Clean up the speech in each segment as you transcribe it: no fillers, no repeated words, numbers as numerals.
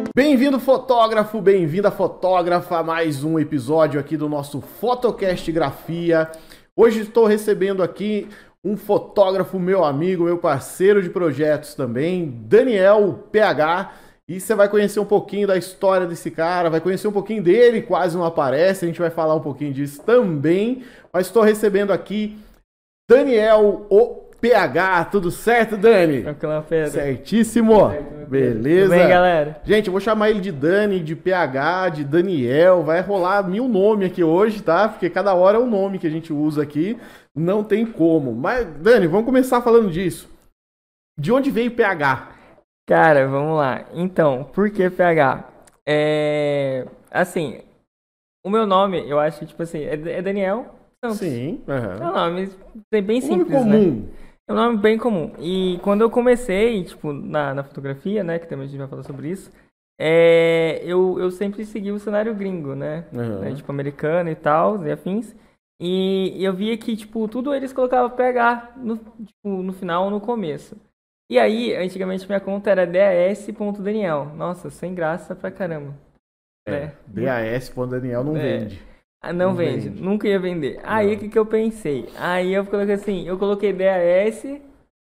Bem-vindo, fotógrafo, bem-vinda, fotógrafa, a mais um episódio aqui do nosso Photocast Grafia. Hoje estou recebendo aqui um fotógrafo, meu amigo, meu parceiro de projetos também, Daniel PH. E você vai conhecer um pouquinho da história desse cara, vai conhecer um pouquinho dele, quase não aparece, a gente vai falar um pouquinho disso também. Mas estou recebendo aqui Daniel, o PH, tudo certo, Dani? Tranquilo, Pedro. Certíssimo. Beleza? Tudo bem, galera? Gente, eu vou chamar ele de Dani, de PH, de Daniel, vai rolar 1000 nomes aqui hoje, tá? Porque cada hora é um nome que a gente usa aqui, não tem como. Mas, Dani, vamos começar falando disso. De onde veio PH? Cara, vamos lá. Então, por que PH? Assim, o meu nome, eu acho, tipo assim, é Daniel Santos. Sim. É um nome bem simples, nome comum. né? É um nome bem comum. E quando eu comecei, tipo, na fotografia, né, que também a gente vai falar sobre isso, eu sempre segui o cenário gringo, né? Tipo, americano e tal, e afins. E eu via que, tipo, tudo eles colocavam PH no final ou no começo. E aí, antigamente minha conta era das.daniel. Nossa, sem graça pra caramba. Né? das.daniel não vende. Não vende, nunca ia vender. Aí o que eu pensei? Aí eu coloquei assim, eu coloquei das.ph.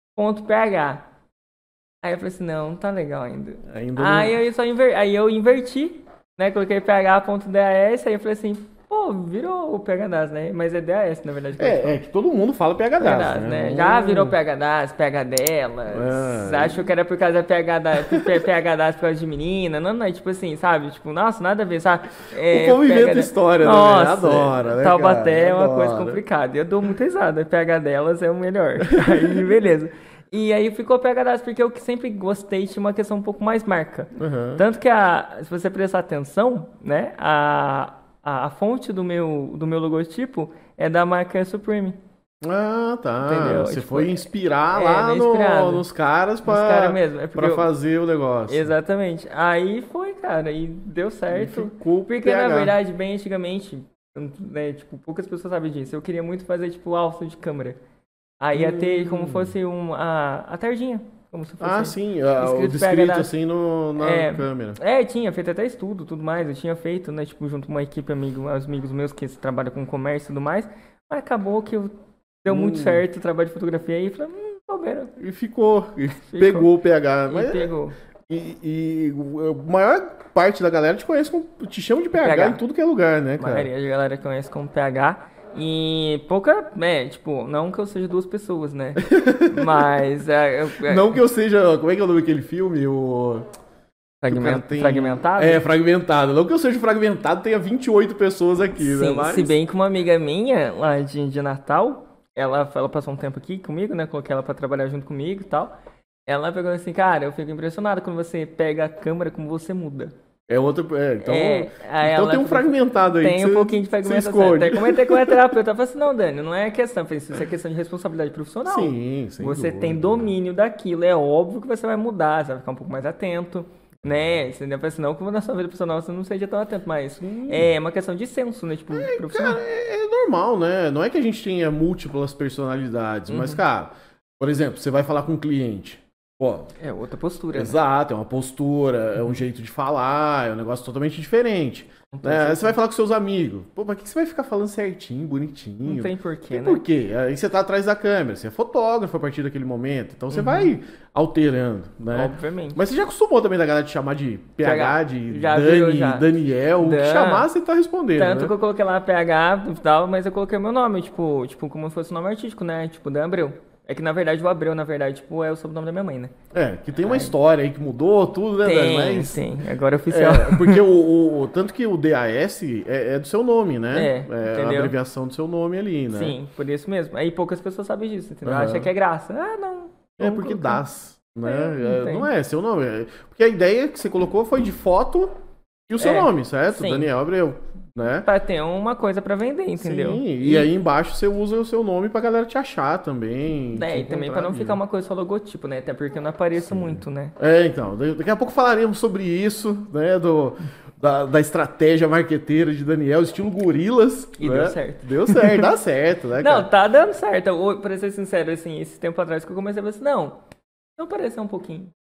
Aí eu falei assim, não tá legal ainda. Aí eu inverti, né? Coloquei ph.das, aí eu falei assim, pô, virou o PH Das, né? Mas é DAS, na verdade. Que todo mundo fala PH Das, né? Já virou PH Das, PH delas. Acho que era por causa da PH Das por causa de menina. Não, é tipo assim, sabe? Tipo, nossa, nada a ver, sabe? O povo inventa história, nossa, né? Adora, né? Taubaté é uma coisa complicada. Eu dou muita risada. PH delas é o melhor. Aí, beleza. E aí ficou PH Das, porque eu que sempre gostei tinha uma questão um pouco mais marca. Tanto que, se você prestar atenção, né? A fonte do meu logotipo é da marca Supreme. Ah, tá. Entendeu? Você tipo, foi inspirar lá nos caras pra fazer o negócio. Exatamente. Aí foi, cara, e deu certo. Porque, na verdade, bem antigamente, né, tipo, poucas pessoas sabem disso. Eu queria muito fazer, tipo, alça de câmera. Aí ia ter como fosse a tardinha. Como se fosse sim, o descrito assim na câmera. Tinha feito até estudo, tudo mais. Eu tinha feito, né, tipo, junto com uma equipe, amigos meus que trabalham com comércio e tudo mais. Mas acabou que deu muito certo o trabalho de fotografia aí. E falei, bobeira. E ficou. Pegou o PH. Pegou. E a maior parte da galera te chama de PH em tudo que é lugar, né, cara? A maioria da galera conhece como PH. E tipo, não que eu seja duas pessoas, né? Mas... Não que eu seja... Como é que é o nome daquele filme? Fragmentado? Fragmentado. Não que eu seja fragmentado, tenha 28 pessoas aqui, sim, né? Mas... Se bem que uma amiga minha, lá de Natal, ela passou um tempo aqui comigo, né? Coloquei ela pra trabalhar junto comigo e tal. Ela pegou assim, cara, eu fico impressionado quando você pega a câmera, como você muda. Então tem um fragmentado aí. Tem um pouquinho de fragmentação. Até comentei com a terapeuta. Eu falei assim, não, Dani, não é questão. Eu falei, isso é questão de responsabilidade profissional. Sim, sem Você dúvida. tem domínio daquilo. É óbvio que você vai mudar, você vai ficar um pouco mais atento, né? Eu falei assim, não que na sua vida profissional você não seja tão atento, mas é uma questão de senso, né? Tipo, profissional. Cara, é normal, né? Não é que a gente tenha múltiplas personalidades, mas, cara, por exemplo, você vai falar com um cliente. Pô, é outra postura. Exato, é uma postura, é um jeito de falar, é um negócio totalmente diferente. Você vai falar com seus amigos. Pô, mas que você vai ficar falando certinho, bonitinho? Não tem porquê, né? Por quê? Aí você tá atrás da câmera, você é fotógrafo a partir daquele momento, então você vai alterando, né? Obviamente. Mas você já acostumou também da galera te chamar de PH, de Daniel, o que chamar você tá respondendo, Tanto que eu coloquei lá PH e tal, mas eu coloquei meu nome, tipo como se fosse o nome artístico, né? Tipo, Dan Abreu. É que, na verdade, o Abreu, tipo, é o sobrenome da minha mãe, né? Que tem uma história aí que mudou tudo, né, Dani? Sim, agora é oficial. Porque tanto que o DAS é do seu nome, né? É a abreviação do seu nome ali, né? Sim, por isso mesmo. Aí poucas pessoas sabem disso, entendeu? Acha que é graça. Não. Porque DAS, né? Não é seu nome. Porque a ideia que você colocou foi de foto e o seu nome, certo? Sim. Daniel Abreu. Né? Pra ter uma coisa pra vender, entendeu? Sim, e aí embaixo você usa o seu nome pra galera te achar também. E também pra não ficar uma coisa só logotipo, né? Até porque eu não apareço muito, né? Então, daqui a pouco falaremos sobre isso, né? Da estratégia marqueteira de Daniel, estilo gorilas. E né? deu certo. Deu certo, dá certo, né, cara? Não, tá dando certo. Pra ser sincero, assim, esse tempo atrás que eu comecei a ver assim, não pareceu um pouquinho.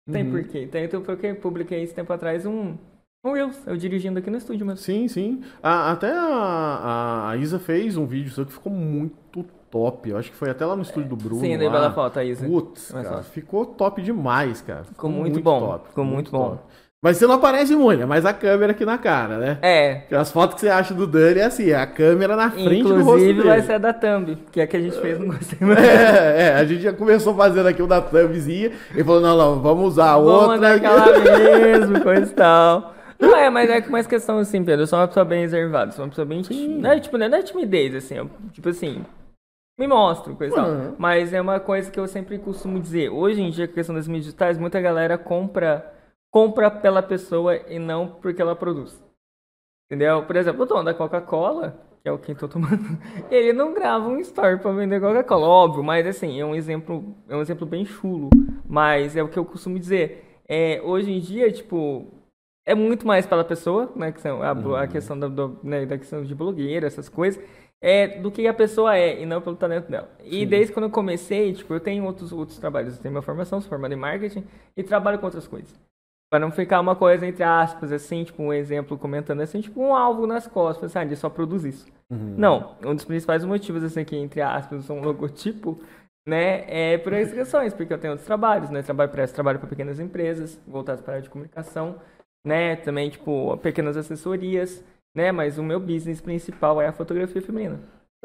Tem porquê. Então eu publiquei esse tempo atrás um Reels, eu dirigindo aqui no estúdio mesmo. Sim, sim. Até a Isa fez um vídeo seu que ficou muito top. Eu acho que foi até lá no estúdio do Bruno. Sim, dei bela foto, a Isa. Putz, cara, ficou top demais, cara. Ficou muito bom. Top, ficou muito bom. Top. Mas você não aparece muito, é mais a câmera aqui na cara, né? É. As fotos que você acha do Dani é assim, a câmera na frente do rosto dele. Inclusive vai ser a da Thumb, que é a que a gente fez, não gostei mais. A gente já começou fazendo aqui o da Thumbzinha e falou, não, vamos usar a outra. Vamos aquela mesmo, coisa e tal. Não mas é mais questão assim, Pedro, eu sou uma pessoa bem reservada, sou uma pessoa bem... Não é timidez, assim, tipo assim... Me mostro, coisa e tal. Mas é uma coisa que eu sempre costumo dizer. Hoje em dia, com a questão das mídias digitais, muita galera compra pela pessoa e não porque ela produz. Entendeu? Por exemplo, o dono da Coca-Cola, que é o que eu tô tomando, ele não grava um story pra vender Coca-Cola, óbvio, mas assim, é um exemplo bem chulo. Mas é o que eu costumo dizer. Hoje em dia, tipo, é muito mais pela pessoa, né? Que são a questão da questão de blogueira, essas coisas. Do que a pessoa e não pelo talento dela. E desde quando eu comecei, tipo, eu tenho outros trabalhos. Eu tenho minha formação, sou formado em marketing e trabalho com outras coisas. Para não ficar uma coisa entre aspas, assim, tipo, um exemplo comentando assim, tipo, um alvo nas costas, assim, de só produz isso. Não, um dos principais motivos, assim, que entre aspas, um logotipo, né, é por essas questões, porque eu tenho outros trabalhos, né, trabalho para pequenas empresas, voltados para a área de comunicação, né, também, tipo, pequenas assessorias, né, mas o meu business principal é a fotografia feminina.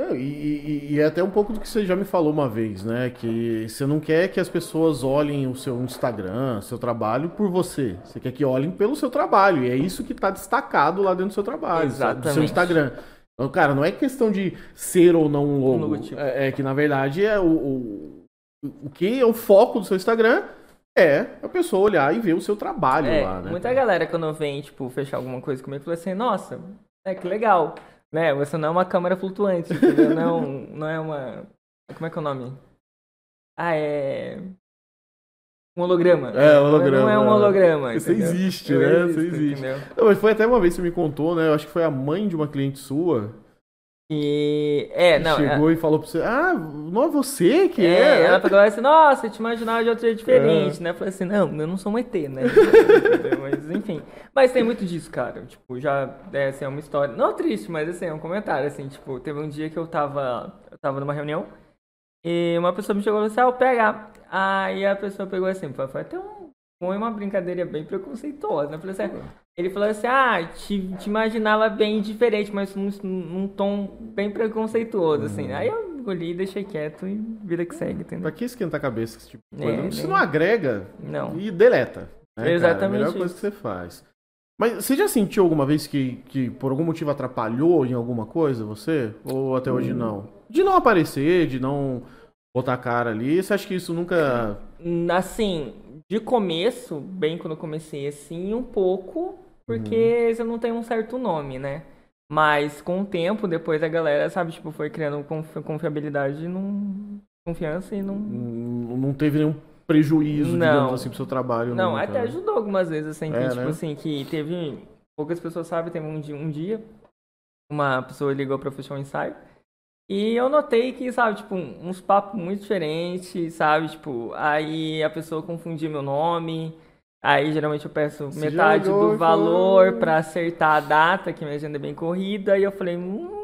E é até um pouco do que você já me falou uma vez, né? Que você não quer que as pessoas olhem o seu Instagram, seu trabalho por você. Você quer que olhem pelo seu trabalho. E é isso que está destacado lá dentro do seu trabalho, exatamente, do seu Instagram. Então, cara, não é questão de ser ou não um logo. É que, na verdade, o que é o foco do seu Instagram é a pessoa olhar e ver o seu trabalho lá, né? Muita galera, quando vem, tipo, fechar alguma coisa comigo, fala assim, nossa, que legal. Né, você não é uma câmera flutuante, entendeu? Não é uma... Como é que é o nome? É... Um holograma. Holograma. Não é um holograma, Você existe, né? Você existe. Não, mas foi até uma vez que você me contou, né? Eu acho que foi a mãe de uma cliente sua... chegou e falou pra você, não é você que é? Ela pegou e disse, nossa, eu te imaginava de outro jeito diferente, né? Eu falei assim, não, eu não sou um ET, né? Mas, enfim. Mas tem muito disso, cara. Tipo, já, assim, é uma história, não triste, mas, assim, é um comentário, assim, tipo, teve um dia que eu tava numa reunião e uma pessoa me chegou e falou assim, PH. Aí a pessoa pegou assim, foi até uma brincadeira bem preconceituosa, né? Eu falei assim, ele falou assim, te imaginava bem diferente, mas num tom bem preconceituoso, assim. Aí eu engoli, deixei quieto e vida que segue, entendeu? Pra que esquentar a cabeça com esse tipo de coisa? Você não agrega e deleta. Né, exatamente. Cara? É a melhor coisa que você faz. Mas você já sentiu alguma vez que por algum motivo atrapalhou em alguma coisa você? Ou até hoje não? De não aparecer, de não botar a cara ali, você acha que isso nunca... Assim... De começo, bem quando eu comecei assim, um pouco, porque você não tem um certo nome, né? Mas com o tempo, depois a galera, sabe, tipo, foi criando confiabilidade, confiança e não... Não teve nenhum prejuízo, digamos assim, pro seu trabalho. Não, até ajudou algumas vezes, assim, que, tipo né? assim, que teve... Poucas pessoas sabem, teve um dia, uma pessoa ligou pra fechar um ensaio, e eu notei que, sabe, tipo, uns papos muito diferentes, sabe, tipo, aí a pessoa confundia meu nome, aí geralmente eu peço metade do valor pra acertar a data, que minha agenda é bem corrida, aí eu falei,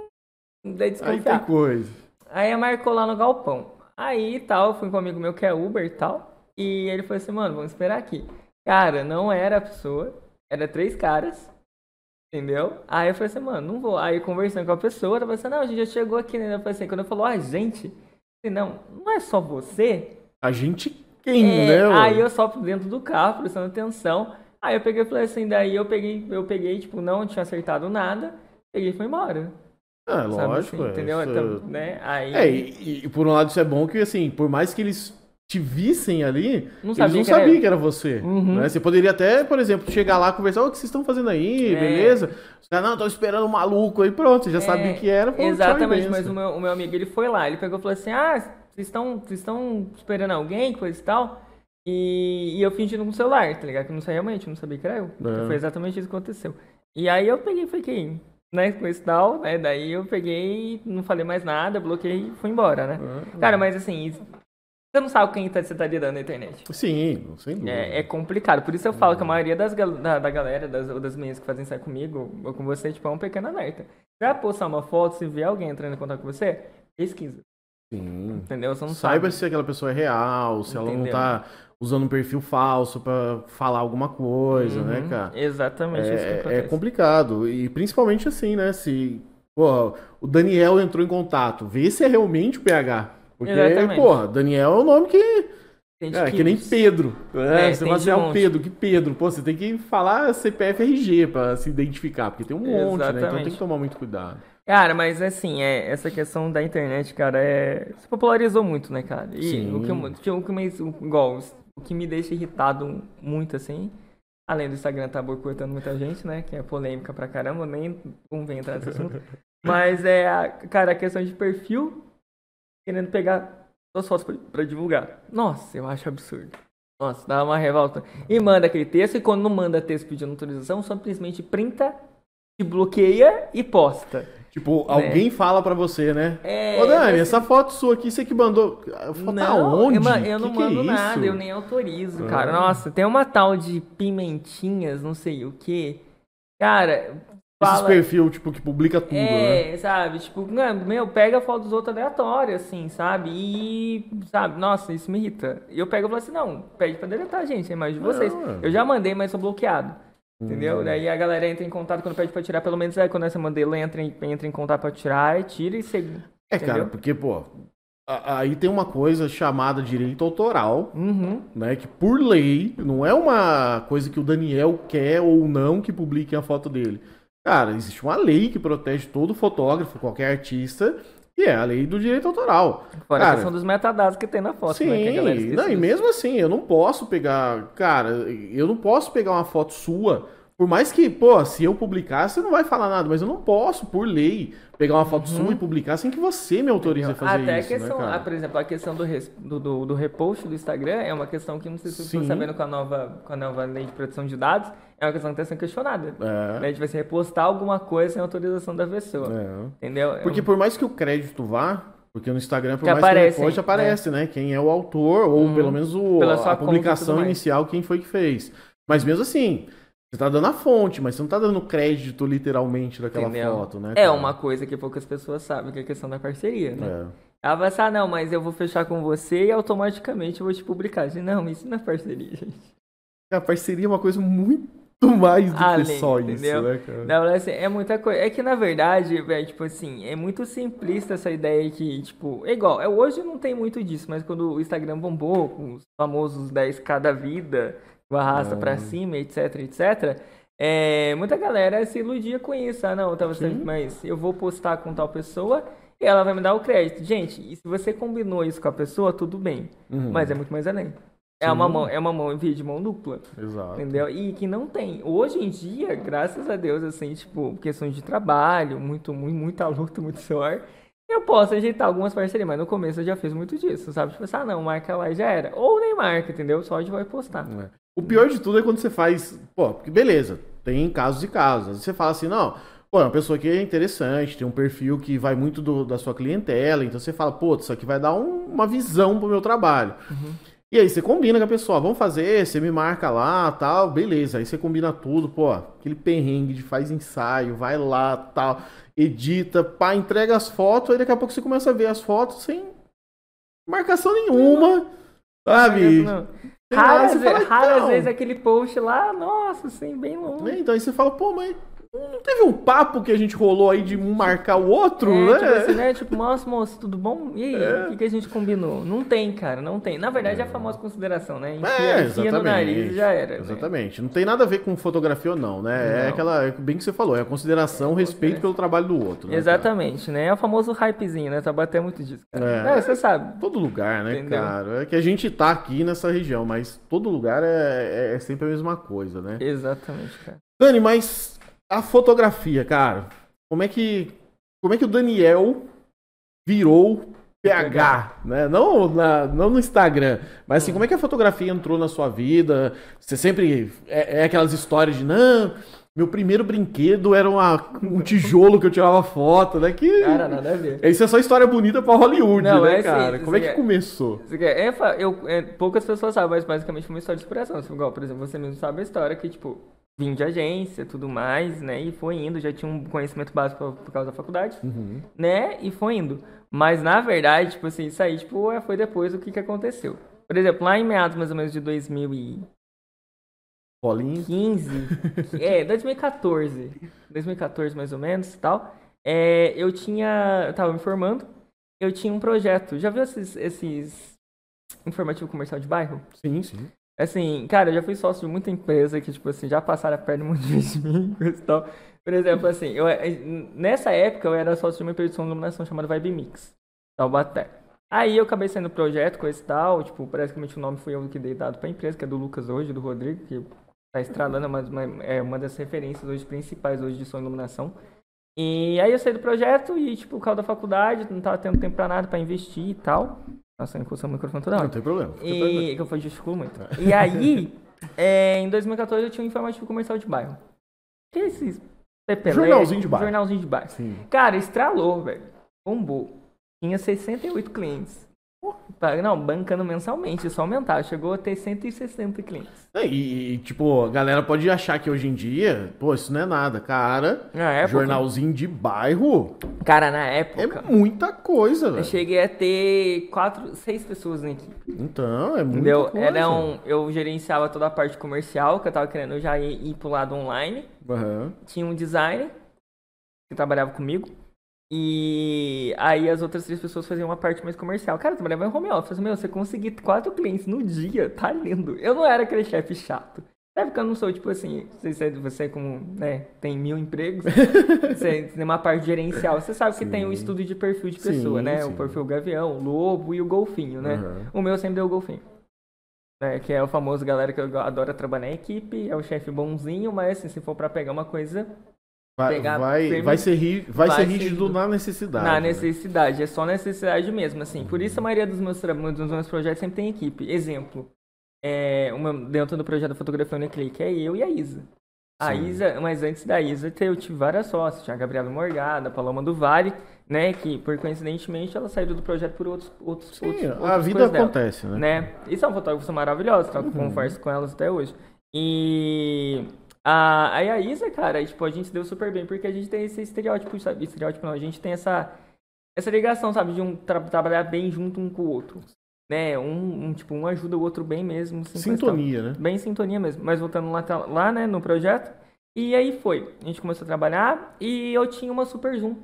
daí desconfiar. Aí tem coisa. Aí marcou lá no galpão, aí tal, fui com um amigo meu que é Uber e tal, e ele falou assim, mano, vamos esperar aqui. Cara, não era a pessoa, era 3 caras. Entendeu? Aí eu falei assim, mano, não vou. Aí conversando com a pessoa, ela falou assim, não, a gente já chegou aqui, né? Eu falei assim, quando eu falou, gente, assim, não é só você? A gente quem, né? Aí eu só dentro do carro, prestando atenção. Aí eu peguei e falei assim, daí eu peguei, tipo, não tinha acertado nada, peguei e fui embora. Lógico, assim, entendeu? Isso... Então, né? Aí... E por um lado isso é bom que, assim, por mais que eles te vissem ali, eles não sabiam que era você. Né? Você poderia até, por exemplo, chegar lá e conversar, o que vocês estão fazendo aí, beleza? Os caras, não, tô esperando um maluco aí, pronto, você já sabia o que era. Pô, exatamente, mas o meu amigo, ele foi lá, ele pegou e falou assim, vocês estão esperando alguém, coisa e tal? E eu fingindo com o celular, tá ligado? Que eu não sabia realmente, eu não sabia que era eu. Foi exatamente isso que aconteceu. E aí eu peguei e fiquei, né, com esse tal, né, daí eu peguei, não falei mais nada, bloqueei e fui embora, né? Cara, mas assim... Você não sabe quem você tá lidando na internet. Sim, sem dúvida. É complicado. Por isso eu falo que a maioria da galera, das meninas que fazem isso comigo, ou com você, tipo, é um pequeno alerta. Você vai postar uma foto, se vê alguém entrando em contato com você, pesquisa. Sim. Entendeu? Você não Saiba sabe. se aquela pessoa é real, se ela não Entendeu? tá usando um perfil falso pra falar alguma coisa, né, cara? Exatamente isso que É acontece. complicado. E principalmente assim, né? Se, porra, o Daniel entrou em contato, vê se é realmente o PH. Porque, Exatamente. porra, Daniel é um nome que. Tem É que nem Pedro. Você tem fala assim, de é o monte. Pedro, que Pedro? Pô, você tem que falar CPF RG pra se identificar, porque tem um monte, né? Então Exatamente. tem que tomar muito cuidado. Cara, mas assim, essa questão da internet, cara, se popularizou muito, né, cara? E Sim. o que me deixa irritado muito, assim, além do Instagram tá boicotando muita gente, né, que é polêmica pra caramba, nem convém entrar nesse assunto, mas cara, a questão de perfil querendo pegar suas fotos pra divulgar. Nossa, eu acho absurdo. Nossa, dá uma revolta. E manda aquele texto, e quando não manda texto pedindo autorização, simplesmente printa, te bloqueia e posta. Tipo, alguém fala pra você, né? Ô, Dani, essa foto sua aqui, você que mandou. Foto não, aonde? eu não que mando é nada, isso? eu nem autorizo, cara. Nossa, tem uma tal de pimentinhas, não sei o que. Cara, Esses perfil, tipo, que publica tudo, né? sabe? Tipo, pega a foto dos outros aleatório, assim, sabe? E, sabe, nossa, isso me irrita. E eu pego e falo assim, não, pede pra deletar, gente, é mais de vocês. Eu já mandei, mas sou bloqueado. Entendeu? Daí a galera entra em contato quando pede pra tirar, pelo menos quando essa modelo entra em contato pra tirar, tira e segue. Cara, porque, pô, aí tem uma coisa chamada direito autoral, né? Que por lei, não é uma coisa que o Daniel quer ou não que publique a foto dele. Cara, existe uma lei que protege todo fotógrafo, qualquer artista, e é a lei do direito autoral. Fora cara, a questão dos metadados que tem na foto, sim, né? Que a galera não, e mesmo assim, eu não posso pegar, cara, eu não posso pegar uma foto sua, por mais que, pô, se eu publicar, você não vai falar nada, mas eu não posso, por lei, pegar uma foto sua e publicar sem que você me autorize a fazer até isso, a questão, né, cara? por exemplo, a questão do repost do Instagram é uma questão que, não sei se você está sabendo, com a nova lei de proteção de dados, é uma questão que está sendo questionada. A gente vai se repostar alguma coisa sem autorização da pessoa. Entendeu? Porque por mais que o crédito vá, porque no Instagram, por que mais aparece, que ele poste, aparece, né? Quem é o autor, ou pelo menos a publicação inicial, quem foi que fez. Mas mesmo assim, você tá dando a fonte, mas você não tá dando crédito literalmente daquela foto, né? É uma coisa que poucas pessoas sabem, que é a questão da parceria, né? Ela vai assim, não, mas eu vou fechar com você e automaticamente eu vou te publicar. Não, isso não é parceria, gente. A parceria é uma coisa muito mais do que só entendeu? isso, né, cara? Não, assim, é muita coisa. É que, na verdade, velho, tipo assim, é muito simplista essa ideia que, tipo, é igual. Hoje não tem muito disso, mas quando o Instagram bombou, com os famosos 10k da vida, arrasta pra cima, etc, etc, muita galera se iludia com isso. Ah, não, mas eu vou postar com tal pessoa e ela vai me dar o crédito. Gente, e se você combinou isso com a pessoa, tudo bem. Mas é muito mais além. É uma mão em via de mão dupla. Exato. Entendeu? E que não tem. Hoje em dia, graças a Deus, assim, tipo, questões de trabalho, muita luta, muito suor, eu posso ajeitar algumas parcerias, mas no começo eu já fiz muito disso, sabe? Tipo, não, marca lá e já era. Ou nem marca, entendeu? Só a gente vai postar. O pior de tudo é quando você faz, pô, porque beleza, tem casos e casos. Às vezes você fala assim, não, pô, é uma pessoa que é interessante, tem um perfil que vai muito da sua clientela, então você fala, pô, isso aqui vai dar uma visão pro meu trabalho. E aí você combina com a pessoa, vamos fazer, você me marca lá, tal, beleza. Aí você combina tudo, pô, aquele perrengue de faz ensaio, vai lá, tal, edita, pá, entrega as fotos, aí daqui a pouco você começa a ver as fotos sem marcação nenhuma, sabe? Raras vezes aquele post lá, nossa, assim, bem longe. Então aí você fala, pô, mas não teve um papo que a gente rolou aí de um marcar o outro, né? Tipo assim, né? Tipo, nossa, moço, tudo bom? E aí, o que a gente combinou? Não tem, cara, não tem. Na verdade, é a famosa consideração, né? Enfia no nariz e já era. Exatamente. Né? Não tem nada a ver com fotografia ou não, né? Não. É bem que você falou, é a consideração, respeito pelo trabalho do outro. Né, exatamente, cara? Né? É o famoso hypezinho, né? Tá até muito disso, cara. Você sabe. Todo lugar, né, entendeu? Cara? É que a gente tá aqui nessa região, mas todo lugar é sempre a mesma coisa, né? Exatamente, cara. Dani, mas a fotografia, cara, como é que o Daniel virou PH, né? Não no Instagram, mas assim, como é que a fotografia entrou na sua vida? Você sempre é aquelas histórias de, não, meu primeiro brinquedo era um tijolo que eu tirava foto, né? Cara, nada a ver. Isso é só história bonita pra Hollywood, não, né, assim, cara? Como é que começou? Poucas pessoas sabem, mas basicamente uma história de inspiração. Igual, por exemplo, você mesmo sabe a história que, tipo, vim de agência, tudo mais, né? E foi indo, já tinha um conhecimento básico por causa da faculdade, né? E foi indo. Mas, na verdade, tipo assim, isso aí, tipo, foi depois o que aconteceu. Por exemplo, lá em meados, mais ou menos, de 2015... 2014. 2014, mais ou menos, e tal. Eu tava me formando, eu tinha um projeto. Já viu esses informativo comercial de bairro? Sim, sim. Assim, cara, eu já fui sócio de muita empresa que, tipo assim, já passaram a perna muito de mim e tal. Por exemplo, assim, nessa época eu era sócio de uma empresa de som de iluminação chamada Vibe Mix, Taubaté. Aí eu acabei saindo do projeto com esse tal, tipo, praticamente o nome foi eu que dei dado pra empresa, que é do Lucas hoje, do Rodrigo, que tá estralando, mas é uma das referências hoje principais hoje de som e iluminação. E aí eu saí do projeto e, tipo, por causa da faculdade, não tava tendo tempo pra nada, pra investir e tal. Nossa, eu encostei o microfone toda hora. Não tem problema. E que eu gesticulo muito. E aí, em 2014 eu tinha um informativo comercial de bairro. Que é esses jornalzinho de bairro. Jornalzinho de bairro. Sim. Cara, estralou, velho. Bombou. Tinha 68 clientes. Não, bancando mensalmente, só aumentava. Chegou a ter 160 clientes. Tipo, a galera pode achar que hoje em dia, pô, isso não é nada. Cara, jornalzinho de bairro. Cara, na época. É muita coisa, velho. Eu cheguei a ter 6 pessoas na equipe. Então, é muita coisa. Eu gerenciava toda a parte comercial, que eu tava querendo já ir pro lado online. Tinha um designer que trabalhava comigo. E aí as outras 3 pessoas faziam uma parte mais comercial. Cara, eu trabalhava em home office. Você conseguir 4 clientes no dia, tá lindo. Eu não era aquele chefe chato. Sabe que eu não sou, tipo assim, você como, né, tem 1000 empregos, você tem uma parte gerencial, você sabe que tem um estudo de perfil de pessoa, né? Sim. O perfil gavião, o lobo e o golfinho, né? O meu sempre deu o golfinho. Que é o famoso galera que adora trabalhar em equipe, é o chefe bonzinho, mas assim, se for pra pegar uma coisa... Vai ser rígido na necessidade. Na necessidade, é só necessidade mesmo, assim. Por isso a maioria dos meus projetos sempre tem equipe. Exemplo, dentro do projeto da fotografia Uniclick, é eu e a Isa. A Isa, mas antes da Isa eu tive várias sócias, tinha a Gabriela Morgada, a Paloma do Vale, né, que por coincidentemente ela saiu do projeto por outros a vida acontece, né? E são fotógrafos maravilhosos, tá? Converso com elas até hoje. E... Aí a Isa, cara, tipo, a gente se deu super bem, porque a gente tem esse estereótipo, sabe? Estereótipo não, a gente tem essa ligação, sabe? De trabalhar bem junto um com o outro, né? Tipo, um ajuda o outro bem mesmo. Sintonia, né? Bem sintonia mesmo. Mas voltando lá, né, no projeto, e aí foi. A gente começou a trabalhar e eu tinha uma Super Zoom.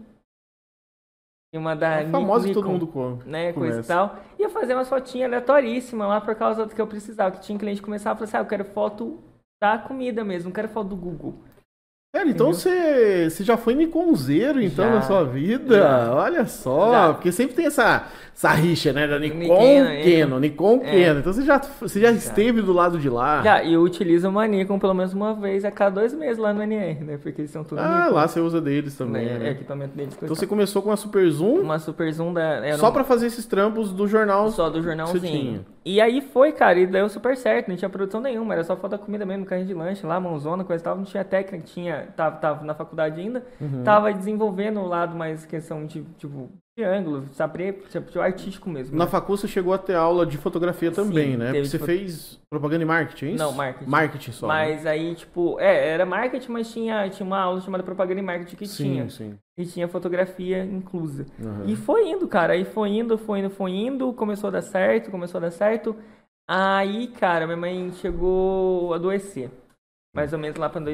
Uma da famosa que todo mundo né, coisa e tal. E eu fazia uma fotinha aleatoríssima lá por causa do que eu precisava. Que tinha cliente que começava a falar assim, eu quero foto da comida mesmo, não quero foto do Google. Então você já foi Nikonzeiro, então, na sua vida? Já. Olha só, porque sempre tem essa rixa, né, da Nikon, Canon. Então você já esteve do lado de lá. E eu utilizo uma Nikon pelo menos uma vez a cada 2 meses lá no NR, né, porque eles são tudo Nikon. Lá você usa deles também, né? Equipamento deles. Então você começou com uma Super Zoom? Uma Super Zoom só pra fazer esses trampos do jornal? Só do jornalzinho. E aí foi, cara, e deu super certo, não tinha produção nenhuma, era só foto da comida mesmo, carrinho de lanche lá, mãozona, coisa e tal, não tinha técnica, tava na faculdade ainda, tava desenvolvendo o lado mais questão de, tipo, de ângulo, saber, tipo, artístico mesmo. Na facul você chegou a ter aula de fotografia também, né? Você fez propaganda e marketing, é isso? Não, marketing. Marketing só. Mas aí, tipo, era marketing, mas tinha uma aula chamada propaganda e marketing que tinha. Sim. E tinha fotografia inclusa. E foi indo, cara, aí foi indo, começou a dar certo. Aí, cara, minha mãe chegou a adoecer. Mais ou menos lá pra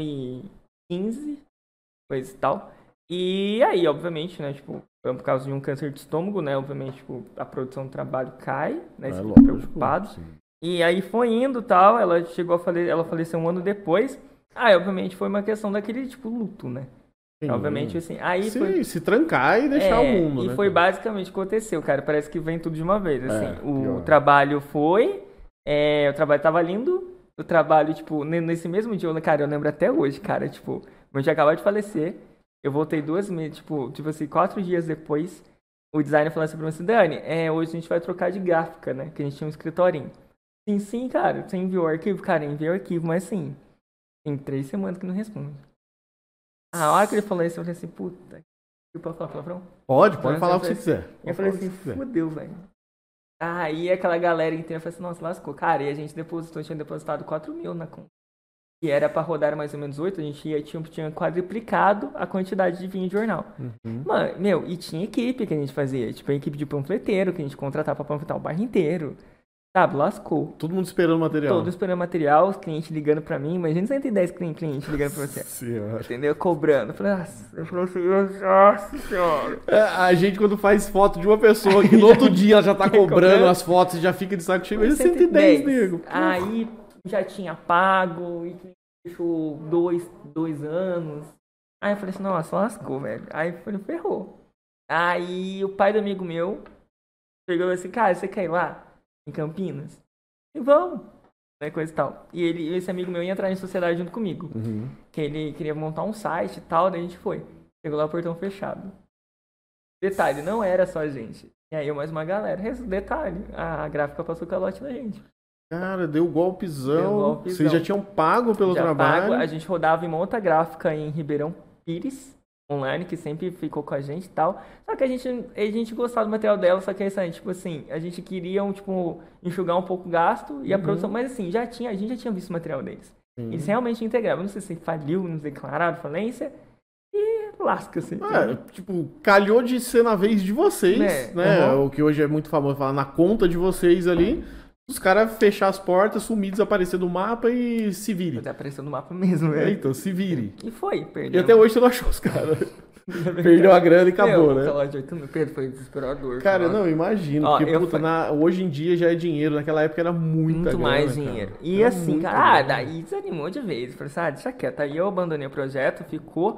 2015, coisa e tal. E aí, obviamente, né, tipo, por causa de um câncer de estômago, né, obviamente, tipo, a produção do trabalho cai, né, você fica preocupado. E aí foi indo e tal, ela chegou a ela faleceu 1 ano depois. Aí, obviamente, foi uma questão daquele, tipo, luto, né. Sim. Obviamente, assim, aí se trancar e deixar o mundo, e né? foi basicamente o que aconteceu, cara, parece que vem tudo de uma vez, assim, o trabalho foi, o trabalho tava lindo, o trabalho, tipo, nesse mesmo dia, cara, eu lembro até hoje, cara, tipo, meu dia acabou de falecer, eu voltei 2 meses, tipo assim, 4 dias depois, o designer falou assim pra mim assim, Dani, hoje a gente vai trocar de gráfica, né? Que a gente tinha um escritorinho. Sim, cara, você enviou o arquivo? Cara, enviei o arquivo, mas sim, tem 3 semanas que não responde. A hora que ele falou isso, eu falei assim, puta, eu posso falar palavrão? Pode falar o que você quiser. Eu falei assim, fudeu, velho. Aí aquela galera inteira falou assim, nossa, lascou. Cara, e a gente tinha depositado 4 mil na conta. E era pra rodar mais ou menos 8, a gente tinha quadruplicado a quantidade de vinho de jornal. Mano, e tinha equipe que a gente fazia, tipo a equipe de panfleteiro que a gente contratava pra panfletar o bairro inteiro. Sabe, lascou. Todo mundo esperando material. Todo esperando material, os clientes ligando pra mim. Imagina 110 clientes ligando pra você. Senhora. Entendeu? Cobrando. Eu falei, nossa senhora. A gente, quando faz foto de uma pessoa que no outro dia ela já tá cobrando as fotos, já fica de saco cheio. Mas 110, nego. Aí já tinha pago e deixou 2 anos. Aí eu falei assim, nossa, lascou, velho. Aí eu falei, ferrou. Aí o pai do amigo meu chegou assim, cara, você quer ir lá? Em Campinas? E vamos, né, coisa e tal. E esse amigo meu ia entrar em sociedade junto comigo. Que ele queria montar um site e tal, daí a gente foi. Chegou lá, o portão fechado. Detalhe, não era só a gente. E aí eu mais uma galera. Detalhe, a gráfica passou calote na gente. Cara, deu golpezão. Vocês já tinham pago pelo trabalho? A gente rodava em uma outra gráfica em Ribeirão Pires, online, que sempre ficou com a gente e tal. Só que a gente gostava do material dela, só que tipo assim, a gente queria, tipo, enxugar um pouco o gasto e a produção, mas assim, a gente já tinha visto o material deles. Eles realmente integravam. Não sei se faliu, nos declararam falência e lasca, assim. Tipo, calhou de ser na vez de vocês, né? O que hoje é muito famoso falar na conta de vocês ali. Os caras fechar as portas, sumir, desaparecer do mapa e se vire. Desapareceu no mapa mesmo, velho. Então, se vire. E foi, perdeu. E até hoje você não achou os caras. Perdeu a grana e acabou, né? O de 8 mil, Pedro, foi desesperador. Cara, não, imagino. Porque, hoje em dia já é dinheiro. Naquela época era muito grana, mais dinheiro. Cara. E era assim, cara, daí desanimou de vez. Falei assim, deixa quieto. Aí eu abandonei o projeto, ficou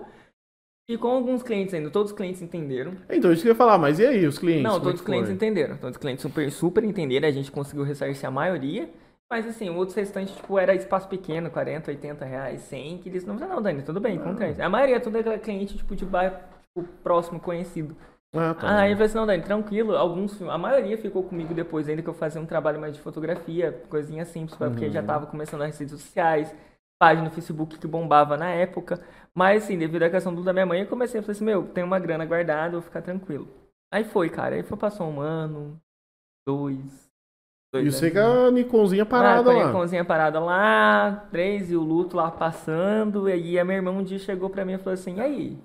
alguns clientes ainda, todos os clientes entenderam. Então, isso que eu ia falar, mas e aí, os clientes? Não, todos os clientes entenderam. Todos os clientes super entenderam, a gente conseguiu ressarcir a maioria. Mas assim, outros restantes, tipo, era espaço pequeno, 40, 80 reais, 100, que eles não falaram, não, Dani, tudo bem, acontece. A maioria, tudo é cliente, tipo, de bairro, tipo, próximo, conhecido. Tá. Aí eu falei assim, não, Dani, tranquilo, a maioria ficou comigo depois, ainda que eu fazia um trabalho mais de fotografia, coisinha simples, porque já tava começando as redes sociais, página no Facebook que bombava na época. Mas assim, devido à questão da minha mãe, eu comecei a falar assim, tem uma grana guardada, vou ficar tranquilo. Aí foi, cara, passou 1 ano, 2... E você com a Nikonzinha parada lá. Com a Nikonzinha parada lá, 3, e o luto lá passando. E aí a minha irmã um dia chegou pra mim e falou assim, e aí?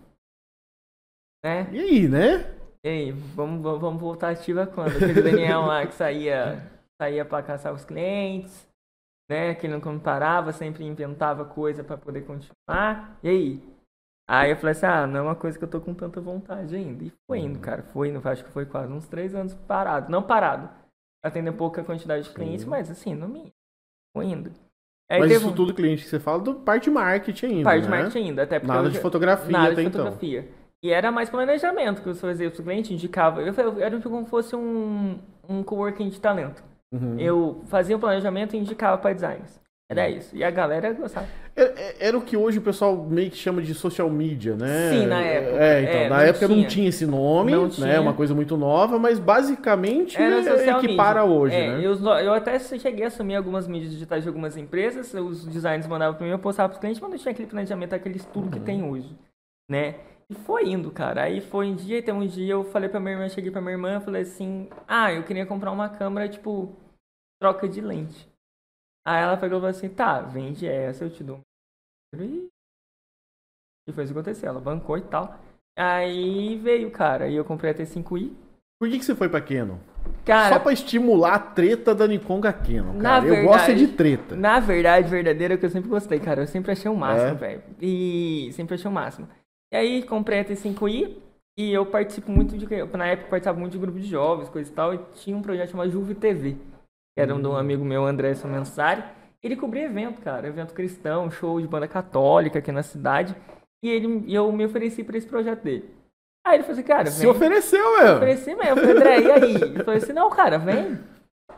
Né? E aí, né? E aí, vamos voltar ativa quando? Aquele Daniel lá que saía pra caçar os clientes, né? Que ele não parava, sempre inventava coisa pra poder continuar. E aí? Aí eu falei assim, não é uma coisa que eu tô com tanta vontade ainda. E foi indo, cara. Acho que foi quase uns 3 anos parado. Não parado. Atendendo pouca quantidade de clientes, mas assim, no mínimo, indo. Aí mas isso tudo cliente que você fala do parte de marketing ainda, parte de marketing ainda, até porque... Nada de fotografia até então. E era mais planejamento que eu fazia para o cliente, indicava... Era como se fosse um coworking de talento. Eu fazia um planejamento e indicava para designers. Era isso. E a galera gostava. Era o que hoje o pessoal meio que chama de social media, né? Sim, na época. Na época não tinha esse nome, né? Uma coisa muito nova, mas basicamente era equipara hoje, né? Eu até cheguei a assumir algumas mídias digitais de algumas empresas, os designers mandavam para mim, eu postava para os clientes, mas não tinha aquele planejamento, aquele estudo que tem hoje, né? E foi indo, cara. Aí foi um dia eu falei pra minha irmã, cheguei pra minha irmã e falei assim, eu queria comprar uma câmera, tipo, troca de lente. Aí ela pegou e falou assim, tá, vende essa, eu te dou. E foi isso que aconteceu, ela bancou e tal. Aí veio, cara, e eu comprei a T5i. Por que você foi pra Canon? Cara, só pra estimular a treta da Nikon com a Canon, cara. Eu gosto de treta. Na verdade, verdadeira, que eu sempre gostei, cara. Eu sempre achei o máximo, velho. E sempre achei o máximo. E aí, comprei a T5i e eu participo muito de... Na época, eu participava muito de grupo de jovens, coisa e tal. E tinha um projeto chamado Juve TV. Que era de um amigo meu, André Mensari. Ele cobria evento, cara. Evento cristão, show de banda católica aqui na cidade. E eu me ofereci pra esse projeto dele. Aí ele falou assim, cara, vem. Se ofereceu, meu. Ofereci mesmo. Eu falei, André, e aí? Ele falou assim, não, cara, vem.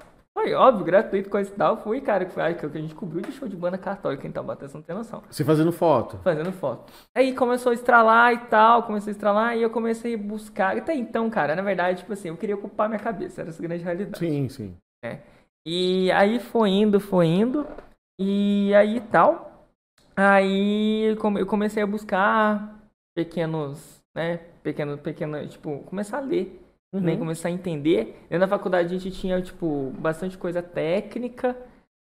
Foi óbvio, gratuito, coisa e tal. Fui, cara, que foi que a gente cobriu de show de banda católica em Taubaté, você não tem noção. Você fazendo foto? Fazendo foto. Aí começou a estralar e tal, e eu comecei a buscar. Até então, cara, na verdade, tipo assim, eu queria ocupar minha cabeça, era essa grande realidade. Sim, sim. E aí foi indo, e aí tal. Aí eu comecei a buscar pequenos, tipo, começar a ler. Nem começar a entender. Dentro da faculdade a gente tinha, tipo, bastante coisa técnica,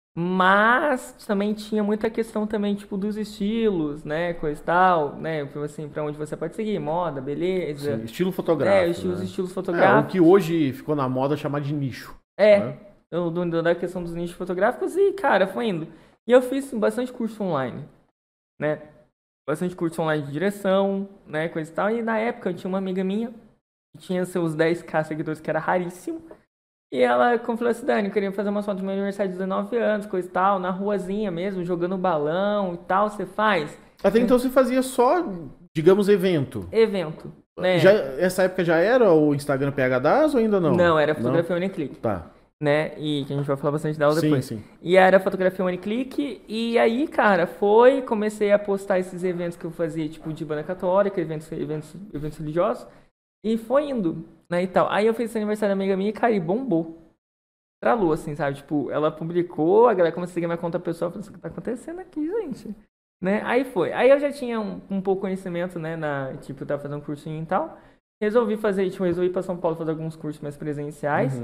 mas também tinha muita questão também, tipo, dos estilos, né, coisa e tal, né, assim, pra onde você pode seguir, moda, beleza. Sim, estilo fotográfico, os estilos fotográficos. O que hoje ficou na moda chamar de nicho. Né? Da questão dos nichos fotográficos e, cara, foi indo. E eu fiz bastante curso online, né, bastante curso online de direção, né, coisa e tal, e na época eu tinha uma amiga minha tinha seus 10k seguidores, que era raríssimo. E ela falou assim, Dani, eu queria fazer uma foto do meu aniversário de 19 anos, coisa e tal, na ruazinha mesmo, jogando balão e tal, você faz? Até então você fazia só, digamos, evento. Evento, né? Essa época já era o Instagram PHDAS ou ainda não? Não, era fotografia one click. Tá. Né? E que a gente vai falar bastante dela depois. Sim. E era fotografia one click, e aí, cara, comecei a postar esses eventos que eu fazia, tipo, de banda católica, eventos religiosos. E foi indo, né, e tal. Aí eu fiz esse aniversário da amiga minha e, cara, e bombou. Estralou, assim, sabe? Tipo, ela publicou, a galera começou a seguir minha conta pessoal, falou assim, o que tá acontecendo aqui, gente? Né? Aí foi. Aí eu já tinha um pouco de conhecimento, né, tipo, eu tava fazendo um cursinho e tal. Resolvi ir pra São Paulo fazer alguns cursos mais presenciais.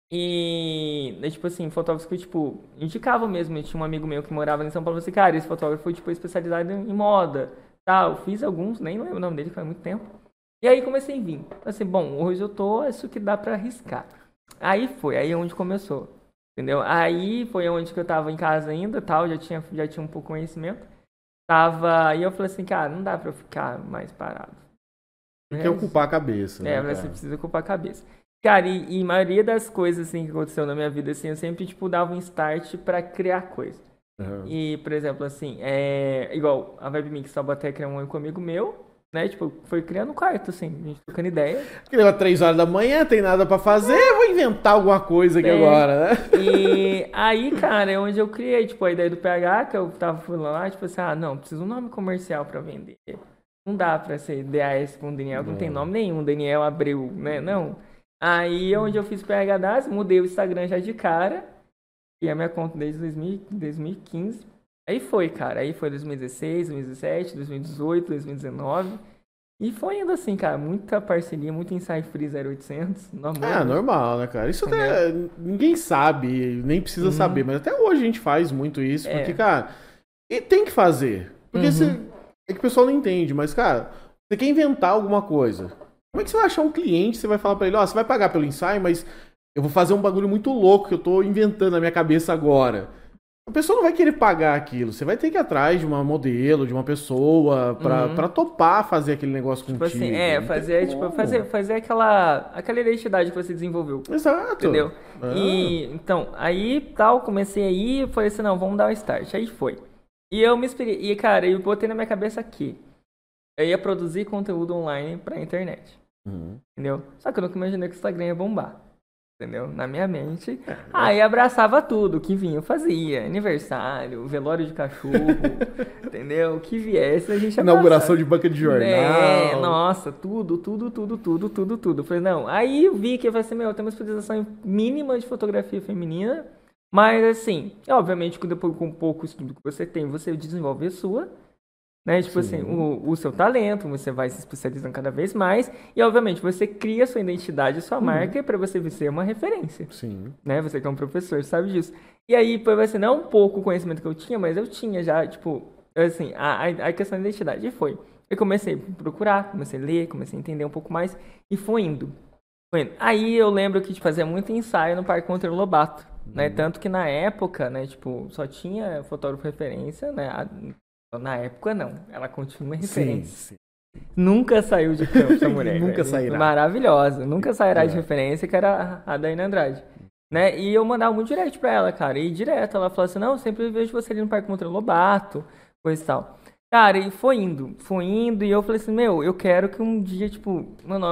E, tipo assim, fotógrafos que eu, tipo, indicava mesmo. Eu tinha um amigo meu que morava em São Paulo, e falou assim, cara, esse fotógrafo foi, tipo, especializado em moda, tal. Fiz alguns, nem lembro o nome dele, faz muito tempo. E aí comecei a vir. Assim, bom, hoje eu tô, isso que dá pra arriscar. Aí onde começou. Entendeu? Aí foi onde que eu tava em casa ainda, tal, já tinha um pouco de conhecimento. Aí eu falei assim, cara, não dá pra eu ficar mais parado. Tem que ocupar a cabeça, né? Você precisa ocupar a cabeça. Cara, e a maioria das coisas, assim, que aconteceu na minha vida, assim, eu sempre, tipo, dava um start pra criar coisa. E, por exemplo, assim, igual a Vibe Mix Taubaté criou um amigo meu, né, tipo, foi criando um quarto, assim, a gente trocando ideia. Que leva 3 horas da manhã, tem nada pra fazer, vou inventar alguma coisa aqui agora, né? E aí, cara, é onde eu criei, tipo, a ideia do PH, que eu tava falando lá, tipo assim, não, preciso de um nome comercial pra vender. Não dá pra ser DAS com Daniel, não tem nome nenhum, Daniel Abreu, né, não. Aí é onde eu fiz o PH DAS, mudei o Instagram já de cara, e a minha conta desde 2015. Aí foi, cara. Aí foi 2016, 2017, 2018, 2019. E foi indo assim, cara. Muita parceria, muito ensaio free 0800. Normal, né, cara? Isso até ninguém sabe, nem precisa saber. Mas até hoje a gente faz muito isso. Porque, cara, tem que fazer. Porque é que o pessoal não entende. Mas, cara, você quer inventar alguma coisa. Como é que você vai achar um cliente? Você vai falar pra ele, você vai pagar pelo ensaio, mas eu vou fazer um bagulho muito louco que eu tô inventando na minha cabeça agora. A pessoa não vai querer pagar aquilo. Você vai ter que ir atrás de uma modelo, de uma pessoa, pra topar fazer aquele negócio contigo. Tipo assim, fazer aquela identidade que você desenvolveu. Exato. Entendeu? E, então, aí, comecei aí, falei assim, não, vamos dar um start. Aí foi. E eu me inspirei, e, cara, eu botei na minha cabeça aqui. Eu ia produzir conteúdo online pra internet. Entendeu? Só que eu nunca imaginei que o Instagram ia bombar. Entendeu? Na minha mente. Aí abraçava tudo, o que vinha eu fazia. Aniversário, velório de cachorro, entendeu? O que viesse a gente abraçava. Inauguração de banca de jornal. Nossa, tudo. Falei, não. Aí eu vi que eu falei assim, tem uma especialização mínima de fotografia feminina. Mas assim, obviamente, depois com pouco estudo que você tem, você desenvolve a sua. Né? Tipo assim, o seu talento, você vai se especializando cada vez mais e, obviamente, você cria a sua identidade, a sua marca para você ser uma referência. Sim. Né? Você que é um professor, sabe disso. E aí, assim, não um pouco o conhecimento que eu tinha, mas eu tinha já, tipo, assim, a questão da identidade. E foi. Eu comecei a procurar, comecei a ler, comecei a entender um pouco mais e foi indo. Aí eu lembro que fazia muito ensaio no Parque Monteiro Lobato, né? Tanto que na época, né, tipo, só tinha fotógrafo referência, né? Na época, não. Ela continua referência. Sim. Nunca saiu de campo essa mulher. Nunca sairá. Maravilhosa. Nunca sairá de referência, que era a Daiane Andrade. Né? E eu mandava muito direct pra ela, cara. E direto, ela falou assim, não, eu sempre vejo você ali no Parque Monteiro Lobato, coisa e tal. Cara, e foi indo. E eu falei assim, eu quero que um dia, tipo, meu nome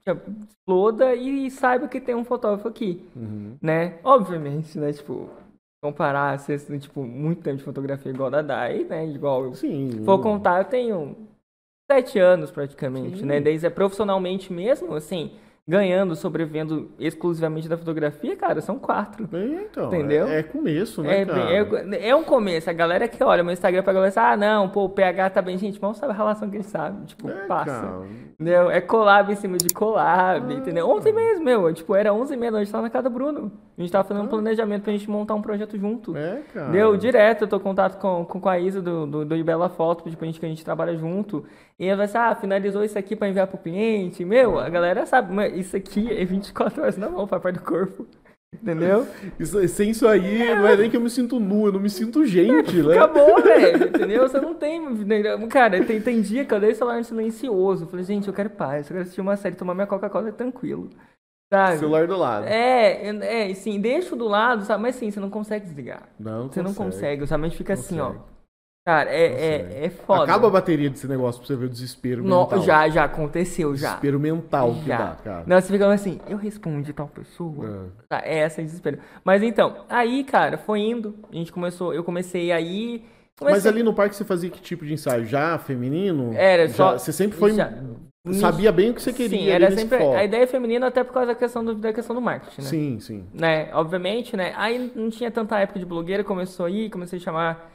exploda e saiba que tem um fotógrafo aqui, né? Obviamente, né, tipo, comparar, tipo, muito tempo de fotografia igual da Dai, né, igual eu, se for contar, eu tenho 7 anos praticamente, né, desde profissionalmente mesmo, assim, ganhando, sobrevivendo exclusivamente da fotografia, cara, são 4. Então, entendeu? É começo, né, cara? É um começo. A galera que olha meu Instagram pra galera, ah, não, pô, o PH tá bem. Gente, mal sabe a relação que ele sabe. Tipo, passa. Cara. Entendeu? É collab em cima de collab, entendeu? Ontem mesmo, tipo, era 11h30 da noite, tava na casa do Bruno. A gente tava fazendo um planejamento pra gente montar um projeto junto. Cara. Deu direto, eu tô em contato com a Isa do Ibela Foto, tipo, que a gente trabalha junto. E ela vai assim, finalizou isso aqui pra enviar pro cliente. A galera sabe, mas isso aqui é 24 horas na mão, papai do corpo. Entendeu? Sem isso aí, não é nem que eu me sinto nu, eu não me sinto gente, né? Acabou, velho, entendeu? Você não tem... Cara, tem dia que eu dei o celular no silencioso. Eu falei, gente, eu quero paz, eu quero assistir uma série, tomar minha Coca-Cola tranquilo. Sabe? Celular do lado. Sim, deixa do lado, sabe? Mas sim, você não consegue desligar. Você não consegue, sua mente fica assim, ó. Cara, é foda. Acaba a bateria desse negócio pra você ver o desespero mental. Já aconteceu, já. Desespero mental que dá, cara. Não, você fica assim, eu respondi tal pessoa. Tá, essa é desespero. Mas então, aí, cara, foi indo. Eu comecei aí... Mas ali no parque você fazia que tipo de ensaio? Já feminino? Era só... Você sempre foi... Sabia bem o que você queria. Sim, era sempre a ideia feminina, até por causa da questão do marketing, né? Sim. Né? Obviamente, né? Aí não tinha tanta época de blogueira, começou aí, comecei a chamar...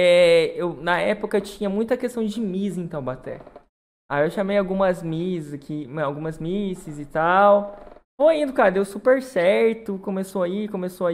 na época tinha muita questão de Miss em Taubaté. Aí eu chamei algumas Miss aqui, algumas Misses e tal. Foi indo, cara, deu super certo. Começou aí.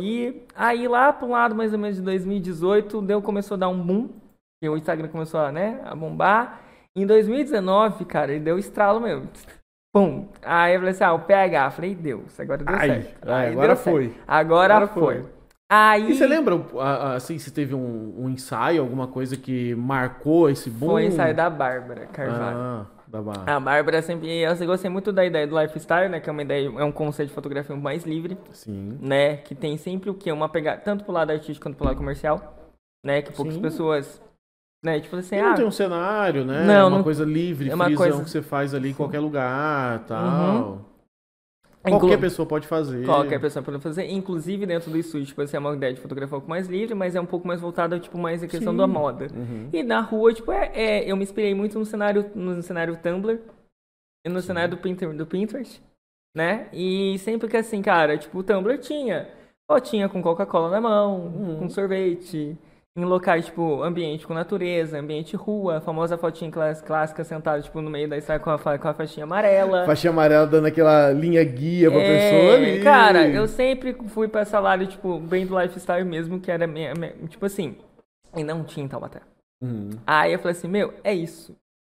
Aí lá pro lado mais ou menos de 2018, começou a dar um boom. E o Instagram começou a bombar. Em 2019, cara, ele deu estralo mesmo. Pum. Aí eu falei assim, o PH. Falei, Deus, agora deu certo. Aí agora foi. Certo. Agora foi. Aí... E você lembra, assim, se teve um ensaio, alguma coisa que marcou esse boom? Foi o ensaio da Bárbara Carvalho. Da Bárbara. A Bárbara sempre... Eu gostei muito da ideia do lifestyle, né? Que é uma ideia, é um conceito de fotografia mais livre. Sim. Né? Que tem sempre o quê? Uma pegada, tanto pro lado artístico quanto pro lado comercial. Né? Que poucas pessoas... Né? Tipo assim, não tem um cenário, né? Não, uma coisa livre, frisão que você faz ali em qualquer lugar, tal. Qualquer pessoa pode fazer. Qualquer pessoa pode fazer, inclusive dentro do estúdio, tipo assim, é uma ideia de fotografia um pouco mais livre, mas é um pouco mais voltada, tipo, mais a questão da moda. E na rua, tipo, eu me inspirei muito no cenário Tumblr e no cenário do Pinterest, né? E sempre que assim, cara, tipo, o Tumblr tinha fotinha com Coca-Cola na mão, com sorvete, em locais, tipo, ambiente com natureza, ambiente rua, a famosa fotinha clássica sentada, tipo, no meio da estrada com a faixinha amarela. Faixinha amarela dando aquela linha guia pra pessoa ali. Cara, eu sempre fui pra essa lado, tipo, bem do lifestyle mesmo, que era, tipo assim, e não tinha em Taubaté. Aí eu falei assim, é isso.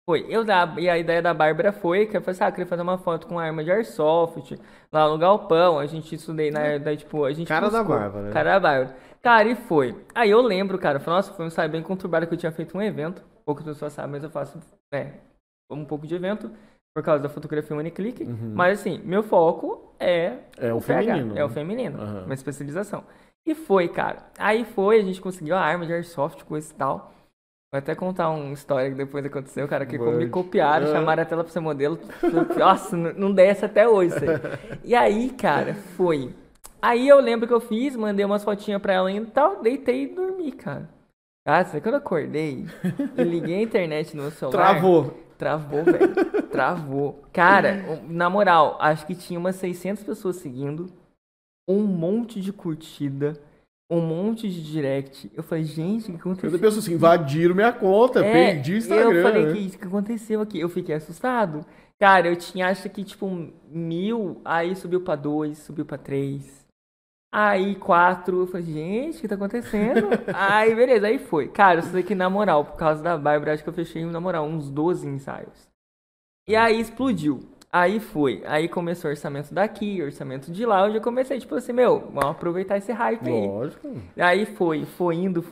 E a ideia da Bárbara foi que eu falei assim, eu queria fazer uma foto com arma de airsoft, lá no galpão, a gente estudei tipo, a gente Cara da Bárbara. Cara da Bárbara. Cara, e foi. Aí eu lembro, cara, foi um ensaio bem conturbado que eu tinha feito um evento, poucas pessoas sabem, mas eu faço, um pouco de evento, por causa da fotografia Uniclick, mas assim, meu foco é o feminino. É o feminino, uma especialização. E foi, cara. Aí a gente conseguiu a arma de airsoft, coisa e tal. Vou até contar uma história que depois aconteceu, cara, que me copiaram, chamaram a tela pra ser modelo. Nossa, não desce até hoje isso aí. E aí, cara, foi. Aí eu lembro que eu fiz, mandei umas fotinhas pra ela ainda e tal, deitei e dormi, cara. Ah, sabe quando eu acordei e liguei a internet no meu celular? Travou, velho. Travou. Cara, na moral, acho que tinha umas 600 pessoas seguindo, um monte de curtida, um monte de direct. Eu falei, gente, o que aconteceu? Eu penso assim, invadiram minha conta, perdi o Instagram. Eu falei, o que aconteceu aqui? Eu fiquei assustado. Cara, eu tinha, acho que, tipo, 1.000, aí subiu pra 2, subiu pra 3. Aí 4, eu falei, gente, o que tá acontecendo? Aí, beleza, aí foi. Cara, eu sei que, na moral, por causa da Bárbara, acho que eu fechei, na moral, uns 12 ensaios. E aí explodiu. Aí foi. Aí começou o orçamento daqui, orçamento de lá. Eu já comecei, tipo assim, vamos aproveitar esse hype aí. Lógico. Aí foi indo.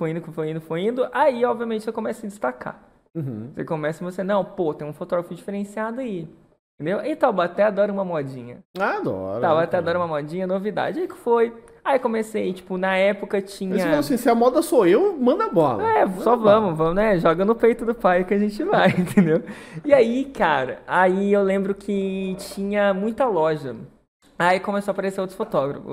Aí, obviamente, você começa a se destacar. Você começa a não, tem um fotógrafo diferenciado aí. Entendeu? E Taubaté adora uma modinha. Adora. Taubaté adora uma modinha, novidade. Aí que foi. Aí comecei, tipo, na época tinha... Mas assim, se a moda sou eu, manda bola. Só vamos, né? Joga no peito do pai que a gente vai, entendeu? E aí, cara, aí eu lembro que tinha muita loja. Aí começou a aparecer outros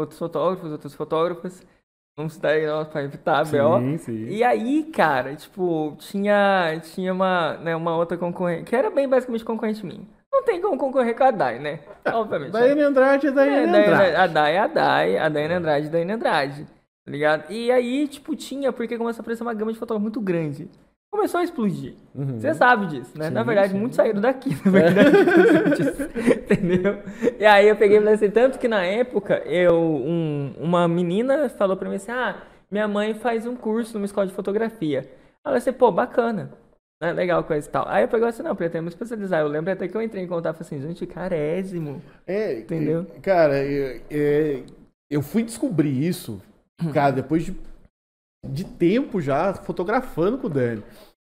fotógrafos. Vamos citar aí, pra evitar, B.O. Sim. E aí, cara, tipo, tinha uma outra concorrente, que era bem basicamente concorrente minha. Não tem como concorrer com a Dai, né? Obviamente. Daiane Andrade é Daiane Andrade. A Dai é a Dai, a Daiane Andrade é a Daiane Andrade, tá ligado? E aí, tipo, porque começou a aparecer uma gama de fotógrafos muito grande. Começou a explodir. Você sabe disso, né? Sim, na verdade, muitos saíram daqui, na verdade. Entendeu? E aí eu peguei e falei assim, tanto que na época, uma menina falou pra mim assim, minha mãe faz um curso numa escola de fotografia. Ela falou assim, pô, bacana. Legal, coisa e tal. Aí eu peguei assim, não, pretendo me especializar. Eu lembro até que eu entrei em contato e falei assim, gente, carésimo. Entendeu? Cara, eu fui descobrir isso, cara, depois de tempo já fotografando com o Dani.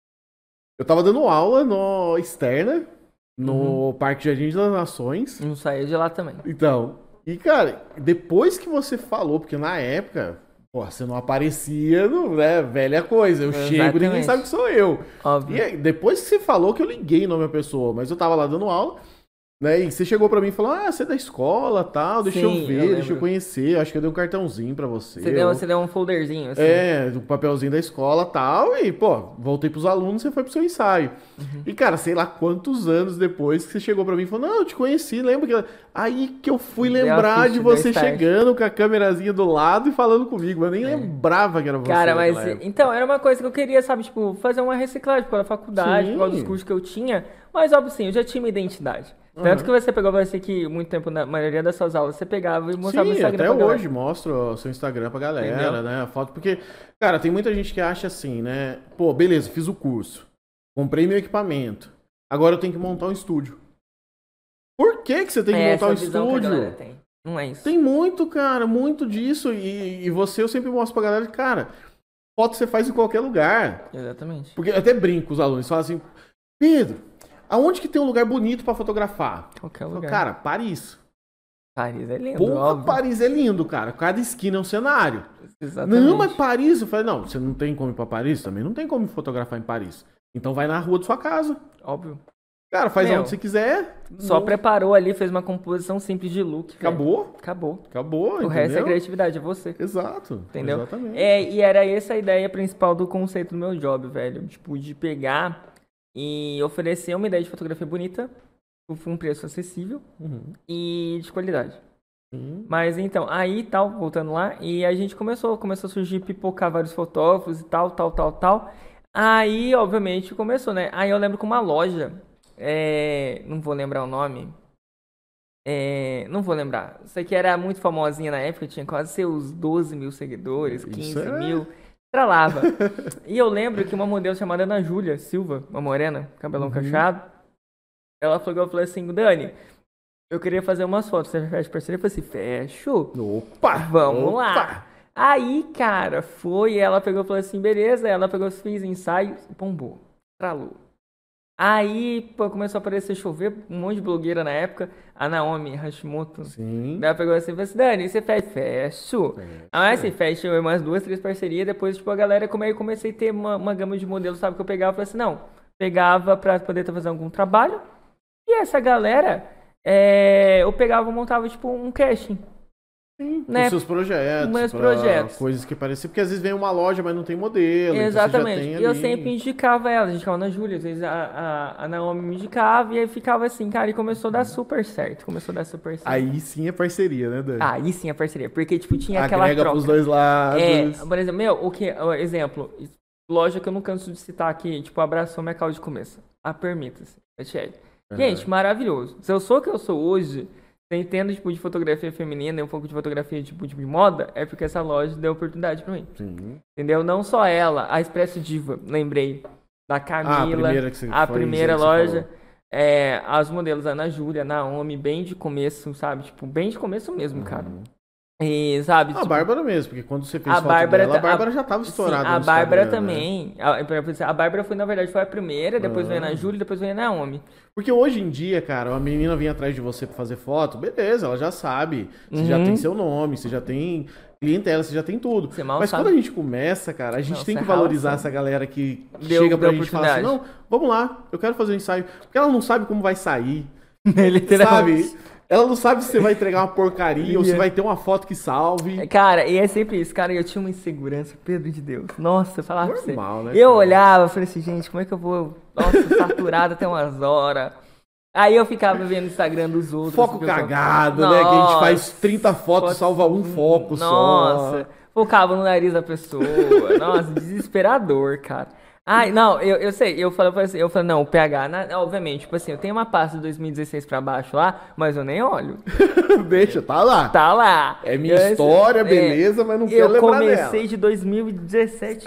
Eu tava dando aula no externa, no Parque Jardim das Nações. Não saía de lá também. Então, e cara, depois que você falou, porque na época, pô, você não aparecia, né, velha coisa. Eu chego e ninguém sabe que sou eu. Óbvio. E aí, depois que você falou que eu liguei o nome da pessoa, mas eu tava lá dando aula, né, e você chegou pra mim e falou, você é da escola, tal, deixa eu ver, deixa eu conhecer, acho que eu dei um cartãozinho pra você. Você deu um folderzinho, assim. Um papelzinho da escola, tal, e, pô, voltei pros alunos, você foi pro seu ensaio. E, cara, sei lá quantos anos depois que você chegou pra mim e falou, não, eu te conheci, lembra que... Aí que eu fui lembrar de você chegando com a câmerazinha do lado e falando comigo, eu nem lembrava que era você. Cara, mas, então, era uma coisa que eu queria, sabe, tipo, fazer uma reciclagem pela faculdade, por causa dos cursos que eu tinha, mas, óbvio, sim, eu já tinha uma identidade. Tanto que você pegou, você que muito tempo, na maioria das suas aulas, você pegava e mostrava o Instagram até pra hoje mostro o seu Instagram pra galera, né, a foto, porque, cara, tem muita gente que acha assim, né, pô, beleza, fiz o curso, comprei meu equipamento, agora eu tenho que montar um estúdio. Por que você tem que montar um estúdio? Não é isso. Tem muito, cara, muito disso, e eu sempre mostro pra galera, cara, foto você faz em qualquer lugar. Exatamente. Porque eu até brinco com os alunos, falam assim, Pedro, aonde que tem um lugar bonito pra fotografar? Qualquer lugar. Cara, Paris. Paris é lindo, Porra, óbvio. Paris é lindo, cara. Cada esquina é um cenário. Exatamente. Não, mas Paris... Eu falei, não, você não tem como ir pra Paris? Também não tem como fotografar em Paris. Então vai na rua de sua casa. Óbvio. Cara, faz onde você quiser. Só preparou ali, fez uma composição simples de look. Acabou. O resto é criatividade, é você. Exato. Entendeu? Exatamente. E era essa a ideia principal do conceito do meu job, velho. Tipo, de pegar e oferecer uma ideia de fotografia bonita por um preço acessível e de qualidade. Mas então, aí tal, voltando lá, e a gente começou a surgir, pipocar vários fotógrafos e tal. Aí, obviamente, começou, né? Aí eu lembro que uma loja, não vou lembrar o nome, não vou lembrar. Isso aqui era muito famosinha na época, tinha quase seus 12 mil seguidores, 15 mil, estralava. E eu lembro que uma modelo chamada Ana Júlia Silva, uma morena, cabelão cacheado, ela falou assim, Dani, eu queria fazer umas fotos, você fecha parceria? Eu falei assim, fecho. Opa! Vamos lá. Aí, cara, ela pegou e falou assim, beleza, ela pegou, fez ensaio, bombou, estralou. Aí, pô, começou a aparecer, chover, um monte de blogueira na época, a Naomi Hashimoto. Sim. Ela pegou assim e falou assim, Dani, você faz fecho? Aí, assim, fecho umas 2, 3 parcerias, depois, tipo, a galera, como aí eu comecei a ter uma gama de modelos, sabe, que eu pegava, eu falei assim, não, pegava pra poder estar fazendo algum trabalho, e essa galera, eu pegava e montava, tipo, um casting. Né? Os seus projetos. Meus projetos. Coisas que pareciam, porque às vezes vem uma loja, mas não tem modelo. Exatamente. Então e eu sempre indicava ela, a gente ficava na Júlia, às vezes a Naomi me indicava, e aí ficava assim, cara, e começou a dar super certo. Aí sim é parceria, né, Dani? Aí sim é parceria, porque, tipo, tinha aquela troca. Agrega pros dois lados. Por exemplo, exemplo, loja que eu não canso de citar aqui, tipo, abraçou minha causa de começo. Permita-se, Gente, maravilhoso. Se eu sou o que eu sou hoje, você entende, tipo, de fotografia feminina e um pouco de fotografia, tipo, de moda, é porque essa loja deu oportunidade pra mim. Sim. Entendeu? Não só ela, a Expresso Diva, lembrei, da Camila, a primeira loja, as modelos Ana Júlia, Naomi, bem de começo, sabe? Tipo, bem de começo mesmo, cara. E, sabe? A Bárbara mesmo, porque quando você fez A foto Bárbara, dela, a Bárbara já tava estourada sim, a no Bárbara Instagram, também. A Bárbara foi, na verdade, foi a primeira, depois veio a Ana Júlia, depois veio a Naomi. Porque hoje em dia, cara, uma menina vem atrás de você pra fazer foto, beleza, ela já sabe. Você já tem seu nome, você já tem clientela, você já tem tudo. Mas sabe. quando a gente começa, cara, a gente tem que valorizar essa galera que deu, chega pra gente e fala assim, não, vamos lá, eu quero fazer um ensaio. Porque ela não sabe como vai sair. Sabe? Ela não sabe se você vai entregar uma porcaria ou se vai ter uma foto que salve. Cara, e é sempre isso. Cara, eu tinha uma insegurança, Pedro de Deus. Nossa, eu falava pra você. Né, eu olhava, falei assim, gente, como é que eu vou... Nossa, saturado até umas horas. Aí eu ficava vendo o Instagram dos outros. Foco cagado, né? Que a gente faz 30 fotos, salva um foco só. Nossa, focava no nariz da pessoa. Nossa, desesperador, cara. Ai, não, eu sei, eu falei, não, o PH, obviamente, tipo assim, eu tenho uma pasta de 2016 pra baixo lá, mas eu nem olho. Deixa, tá lá. Tá lá. É minha história, beleza, mas não quero lembrar dela. Eu comecei de 2017.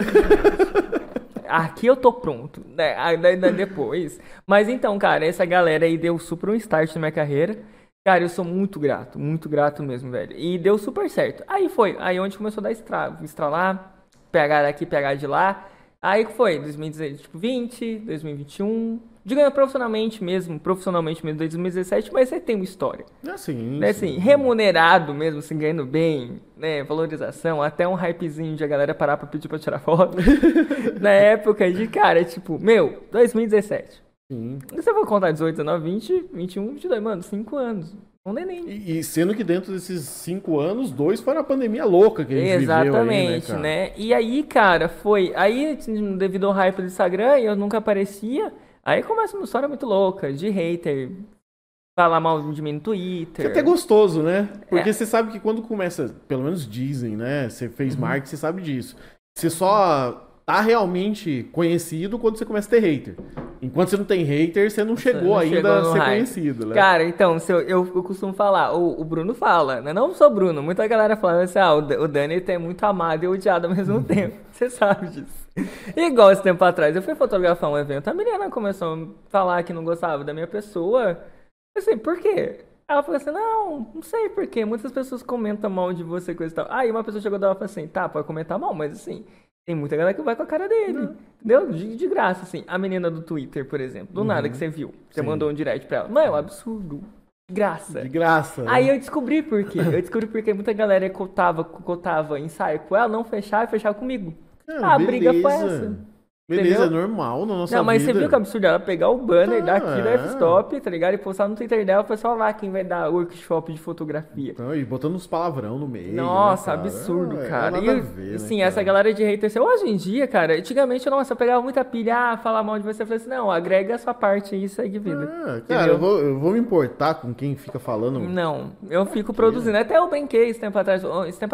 Aqui eu tô pronto, né? Depois. Mas então, cara, essa galera aí deu super um start na minha carreira. Cara, eu sou muito grato mesmo, velho. E deu super certo. Aí onde começou a dar estralar, PH daqui, PH de lá. Aí foi, 2020, 2021, digamos profissionalmente mesmo, 2017, mas você tem uma história. Sim, né, assim, remunerado mesmo, assim, ganhando bem, né, valorização, até um hypezinho de a galera parar pra pedir pra tirar foto. Na época de, cara, tipo, 2017. Sim. Você vai contar 18, 19, 20, 21, 22, mano, 5 anos. Um neném. E sendo que dentro desses 5 anos, 2 foi a pandemia louca que a gente Exatamente, viveu aí, né? E aí, cara, aí, devido ao hype do Instagram, eu nunca aparecia. Aí começa uma história muito louca, de hater, falar mal de mim no Twitter. Que é até gostoso, né? Porque você sabe que quando começa, pelo menos dizem, né? Você fez marketing, você sabe disso. Você só tá realmente conhecido quando você começa a ter hater. Enquanto você não tem hater, você não chegou ainda a ser conhecido, né? Cara, então, eu costumo falar, o Bruno fala, né? Não só o Bruno, muita galera fala assim, o Dani é muito amado e odiado ao mesmo tempo. Você sabe disso. Igual esse tempo atrás, eu fui fotografar um evento, a menina começou a falar que não gostava da minha pessoa. Eu sei, por quê? Ela falou assim, não sei por quê, muitas pessoas comentam mal de você, coisa e tal. Aí uma pessoa chegou dela e falou assim, tá, pode comentar mal, mas assim... Tem muita galera que vai com a cara dele, entendeu? De graça, assim. A menina do Twitter, por exemplo, do nada que você viu. Você mandou um direct pra ela. Não, é um absurdo. De graça. De graça. Aí eu descobri por quê. Muita galera cotava ensaio com ela, não fechava e fechava comigo. A briga foi essa. Beleza, é normal na nossa vida. Não, mas você viu que absurdo ela pegar o banner daqui da F-Stop, tá ligado? E postar no Twitter dela, o pessoal lá, quem vai dar workshop de fotografia. Então, e botando uns palavrão no meio. Nossa, né, absurdo, cara. E ver, assim, né, essa galera de hater, hoje em dia, cara, antigamente, nossa, eu pegava muita pilha, falar mal de você, eu falei assim, não, agrega a sua parte aí e segue vida. Cara, eu vou me importar com quem fica falando. Não, eu fico produzindo. Até eu banquei esse tempo atrás,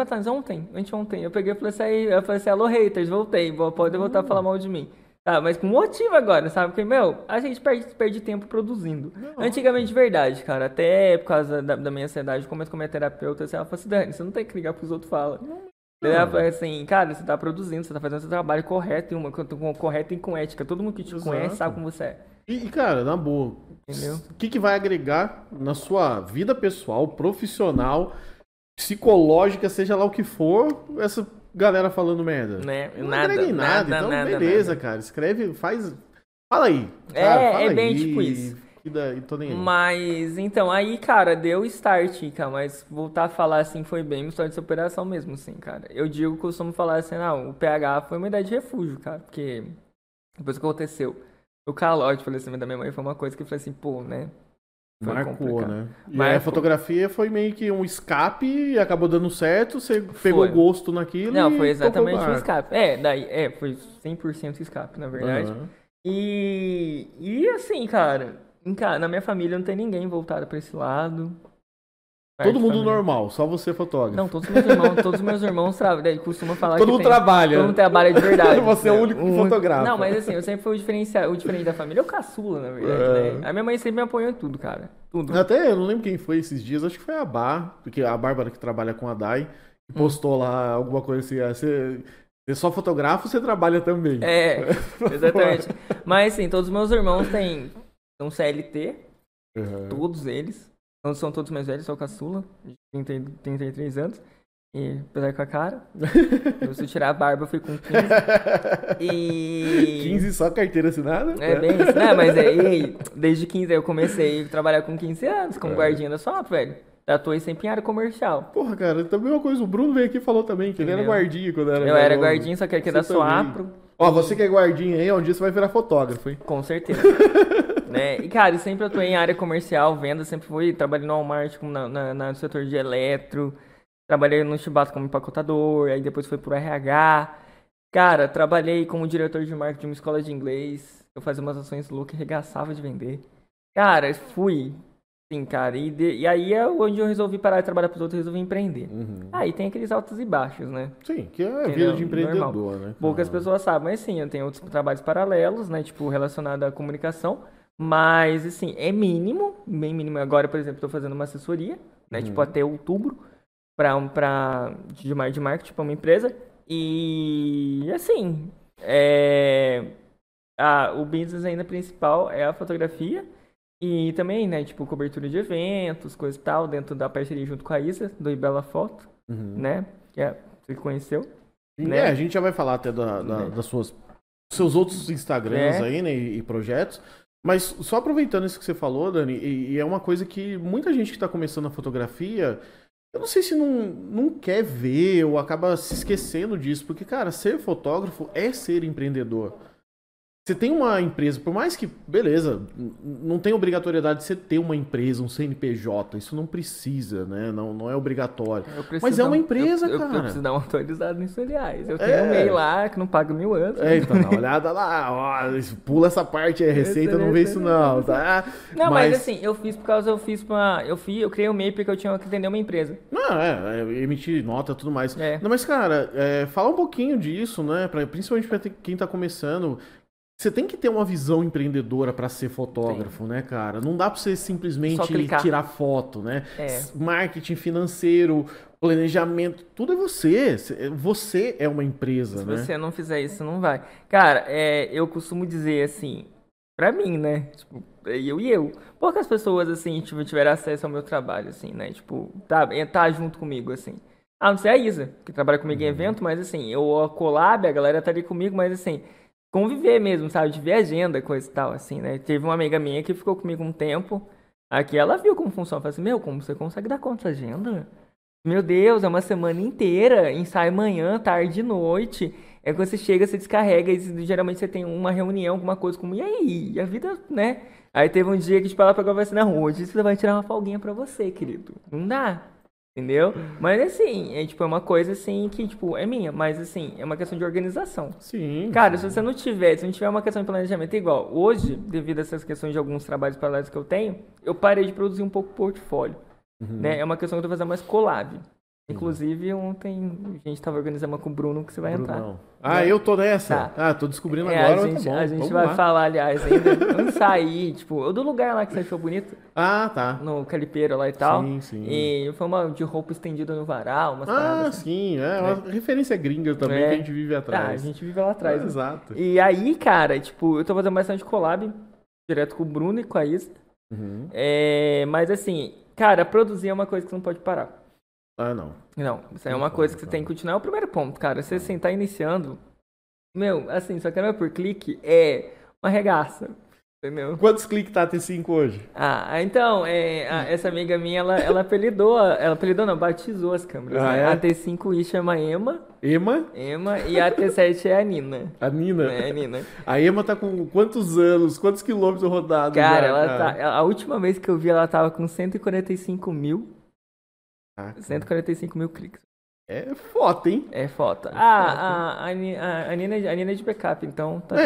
anteontem, eu peguei e falei assim, alô haters, voltei, pode voltar a falar mal de mim. Tá, mas com motivo agora, sabe? Porque, a gente perde tempo produzindo. Antigamente, de verdade, cara, até por causa da minha ansiedade, como a minha terapeuta, assim, ela falou assim, Dani, você não tem que ligar pros outros falam. Ela falou assim, cara, você tá produzindo, você tá fazendo o seu trabalho correto, correto e com ética. Todo mundo que te conhece sabe como você é. E, cara, na boa, entendeu? O que vai agregar na sua vida pessoal, profissional, psicológica, seja lá o que for, essa galera falando merda? Né? Não agrega em nada, então beleza, cara. Escreve, faz... Fala aí. Cara, fala bem aí, tipo isso. E tô nem aí. Mas, então, aí, cara, deu start, cara, mas voltar a falar assim foi bem uma história de superação mesmo, assim, cara. Eu costumo falar assim, não, o PH foi uma ideia de refúgio, cara, porque depois que aconteceu, o calote, falecimento da minha mãe foi uma coisa que eu falei assim, pô, né? Marcou, né? E a fotografia foi meio que um escape e acabou dando certo, você pegou gosto naquilo. Não, foi exatamente um escape. Foi 100% escape, na verdade. E assim, cara, na minha família não tem ninguém voltado pra esse lado. Todo mundo normal, só você fotógrafo. Não, todos os meus irmãos trabalham. Costuma falar todo mundo trabalha. Todo mundo trabalha de verdade. Você é o único que fotografa. Não, mas assim, eu sempre fui o diferente da família. Eu caçula, na verdade, né? A minha mãe sempre me apoiou em tudo, cara. Tudo. Até, eu não lembro quem foi esses dias, acho que foi a porque a Bárbara que trabalha com a Dai, postou lá alguma coisa assim, você só fotografa ou você trabalha também? Exatamente. Mas assim, todos os meus irmãos têm um CLT, todos eles. Não são todos mais velhos, só o caçula, tem 33 anos. E apesar com a cara. Se eu tirar a barba, eu fui com 15. E... 15 só carteira assinada? É bem isso, né? Mas desde 15 eu comecei a trabalhar com 15 anos, como guardinha da SOAP, velho. Atuei sempre em área comercial. Porra, cara, também uma coisa, o Bruno veio aqui e falou também que ele era guardinha quando era. Eu era guardinha, só que aqui da SOAP. Ó, você que é guardinha aí, um dia você vai virar fotógrafo, hein? Com certeza. Né? E, cara, eu sempre atuei em área comercial, venda, sempre fui, trabalhei no Walmart no setor de eletro, trabalhei no Chibata como empacotador, aí depois fui pro RH. Cara, trabalhei como diretor de marketing de uma escola de inglês, eu fazia umas ações loucas e regaçava de vender. Cara, fui, sim, cara, e aí é onde eu resolvi parar de trabalhar pros outros e resolvi empreender. Aí tem aqueles altos e baixos, né? Sim, que é a vida de empreendedor, normal, né? Poucas pessoas sabem, mas sim, eu tenho outros trabalhos paralelos, né, tipo, relacionado à comunicação. Mas, assim, é mínimo, bem mínimo. Agora, por exemplo, estou fazendo uma assessoria, né? Tipo, até outubro, de marketing para uma empresa. E, assim, o business ainda principal é a fotografia. E também, né, tipo, cobertura de eventos, coisa e tal, dentro da parceria junto com a Isa, do Ibela Foto, né? Que você conheceu. Né? A gente já vai falar até das seus outros Instagrams aí, né, e projetos. Mas só aproveitando isso que você falou, Dani, e é uma coisa que muita gente que está começando a fotografia, eu não sei se não quer ver ou acaba se esquecendo disso, porque, cara, ser fotógrafo é ser empreendedor. Você tem uma empresa, por mais que, beleza, não tem obrigatoriedade de você ter uma empresa, um CNPJ, isso não precisa, né? Não é obrigatório. Mas é uma empresa, cara. Eu preciso dar uma atualizada nisso, aliás. Eu tenho um MEI lá que não paga 1.000 anos. Então dá uma olhada lá, ó, pula essa parte aí, receita, não vê isso não, tá? Não, mas assim, eu criei um MEI porque eu tinha que atender uma empresa. Não, emitir nota e tudo mais. Não, mas, cara, fala um pouquinho disso, né? Principalmente pra quem tá começando. Você tem que ter uma visão empreendedora para ser fotógrafo, né, cara? Não dá para você simplesmente tirar foto, né? Marketing financeiro, planejamento, tudo é você. Você é uma empresa, né? Se você não fizer isso, não vai. Cara, eu costumo dizer assim, pra mim, né? Tipo, eu. Poucas pessoas, assim, tiveram acesso ao meu trabalho, assim, né? Tipo, tá junto comigo, assim. A não ser a Isa, que trabalha comigo em evento, mas assim, a collab, a galera tá ali comigo, mas assim... conviver mesmo, sabe? De ver agenda, coisa e tal, assim, né? Teve uma amiga minha que ficou comigo um tempo. Aqui ela viu como funciona. Falei assim, como você consegue dar conta da agenda? Meu Deus, é uma semana inteira. Ensaio manhã, tarde e noite. É quando você chega, você descarrega. E geralmente você tem uma reunião, alguma coisa como... E aí? E a vida, né? Aí teve um dia que tipo, ela pegou e falou assim, não, hoje você vai tirar uma folguinha pra você, querido. Não dá. Entendeu? Mas assim, é uma coisa assim que, tipo, é minha, mas assim, é uma questão de organização. Sim. Cara, se você não tiver uma questão de planejamento, igual, hoje, devido a essas questões de alguns trabalhos paralelos que eu tenho, eu parei de produzir um pouco portfólio. Né? É uma questão que eu tô fazendo mais collab. Inclusive, ontem a gente tava organizando uma com o Bruno que você vai entrar. Eu tô nessa? Tá. Tô descobrindo agora, mas tá bom. A gente vai falar, aliás, ainda não sair, tipo, do lugar lá que você achou bonito. Tá. No Calipeiro lá e tal. Sim. E foi uma de roupa estendida no varal, umas paradas assim. Sim, uma referência gringa também que a gente vive atrás. A gente vive lá atrás. Exato. E aí, cara, tipo, eu tô fazendo bastante collab, direto com o Bruno e com a Isa. Mas assim, cara, produzir é uma coisa que você não pode parar. Não. Não, isso é uma coisa que você tem que continuar. É o primeiro ponto, cara. Você assim, tá iniciando, assim, só que não é por clique, é uma regaça. Entendeu? Quantos cliques tá a T5 hoje? Então, essa amiga minha, ela batizou as câmeras. Né? A T5i chama Ema. Ema, e a T7 é a Nina. A Nina? A Nina. A Ema tá com quantos anos, quantos quilômetros rodados? Cara, a última vez que eu vi, ela tava com 145 mil. 145 mil cliques. É foto, hein? É foto. A Nina é de backup, então tá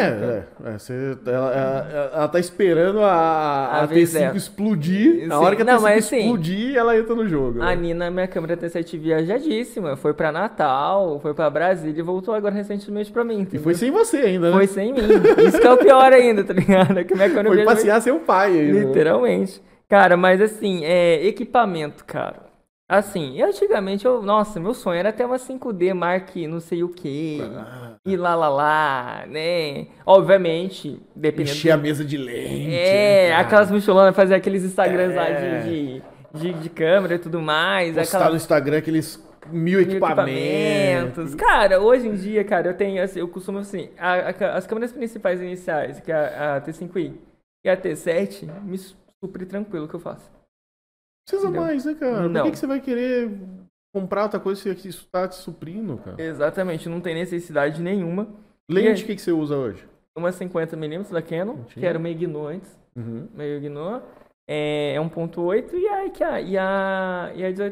ela tá esperando a T5 explodir. Sim. A hora que a T5 explodir, ela entra no jogo. A Nina, minha câmera T7 viajadíssima. Foi pra Natal, foi pra Brasília e voltou agora recentemente pra mim. Entendeu? E foi sem você ainda, né? Foi sem mim. Isso que é o pior ainda, tá ligado? Que minha câmera foi passear seu pai aí. Literalmente. Cara, mas assim, equipamento, cara. Assim, antigamente, meu sonho era ter uma 5D Mark não sei o que, e lá, né? Obviamente, dependendo... Encher a mesa de lente. Aquelas mochilonas, fazer aqueles Instagrams lá de câmera e tudo mais. Postar no Instagram aqueles 1000 equipamentos. Cara, hoje em dia, cara, eu costumo assim, as câmeras principais iniciais, que é a T5i e a T7, me supre tranquilo o que eu faço. Precisa mais, né, cara? Não. Por que você vai querer comprar outra coisa se isso tá te suprindo, cara? Exatamente, não tem necessidade nenhuma. Lente, o que você usa hoje? Uma 50mm da Canon, que era uma Igno antes. Meio Igno. É 1.8 e a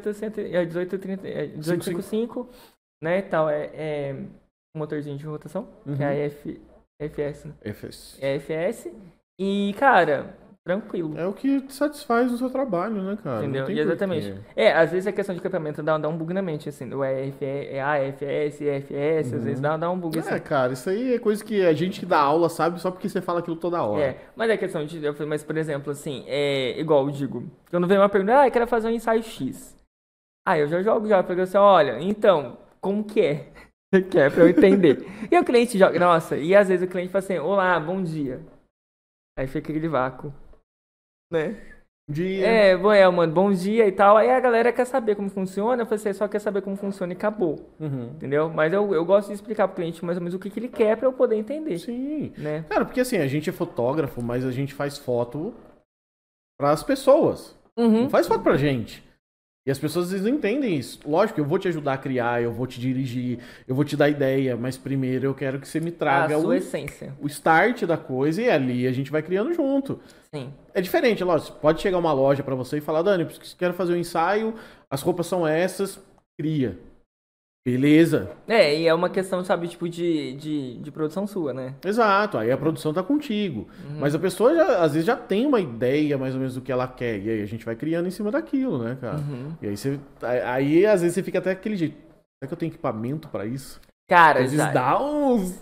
1855, né, e tal, é um motorzinho de rotação, que é a FS, né? É a FS. E, cara, tranquilo. É o que satisfaz o seu trabalho, né, cara? Entendeu? Exatamente. Às vezes a questão de equipamento dá um bug na mente, assim, o AFS, EFS, às vezes dá um bug assim. Cara, isso aí é coisa que a gente que dá aula sabe só porque você fala aquilo toda hora. Mas é questão de... Mas, por exemplo, assim, igual eu digo, quando vem uma pergunta, eu quero fazer um ensaio X. Eu já jogo já, porque assim, olha, então, como que é? Você quer pra eu entender. E o cliente joga, nossa, e às vezes o cliente fala assim, olá, bom dia. Aí fica aquele vácuo, né? Dia. Mano, bom dia e tal. Aí a galera quer saber como funciona, eu falei assim, só quer saber como funciona e acabou. Entendeu? Mas eu gosto de explicar pro cliente mais ou menos o que ele quer pra eu poder entender. Sim. Né? Cara, porque assim, a gente é fotógrafo, mas a gente faz foto pras pessoas. Não faz foto pra gente. E as pessoas às vezes não entendem isso. Lógico, eu vou te ajudar a criar, eu vou te dirigir, eu vou te dar ideia, mas primeiro eu quero que você me traga a sua essência. O start da coisa e ali a gente vai criando junto. Sim. É diferente, lógico. Pode chegar uma loja pra você e falar, Dani, quero fazer um ensaio, as roupas são essas, cria. Beleza. E é uma questão, sabe, tipo, de produção sua, né? Exato, aí a produção tá contigo. Mas a pessoa, às vezes, já tem uma ideia mais ou menos do que ela quer. E aí a gente vai criando em cima daquilo, né, cara? E aí às vezes, você fica até aquele jeito. Será que eu tenho equipamento pra isso? Cara, às vezes dá uns...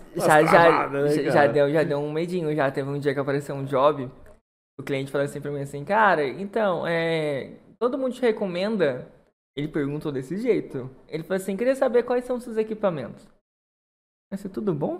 Já deu um medinho, já. Teve um dia que apareceu um job, o cliente falou assim pra mim assim, cara, então, todo mundo te recomenda... Ele perguntou desse jeito. Ele falou assim, queria saber quais são os seus equipamentos. Mas tudo bom?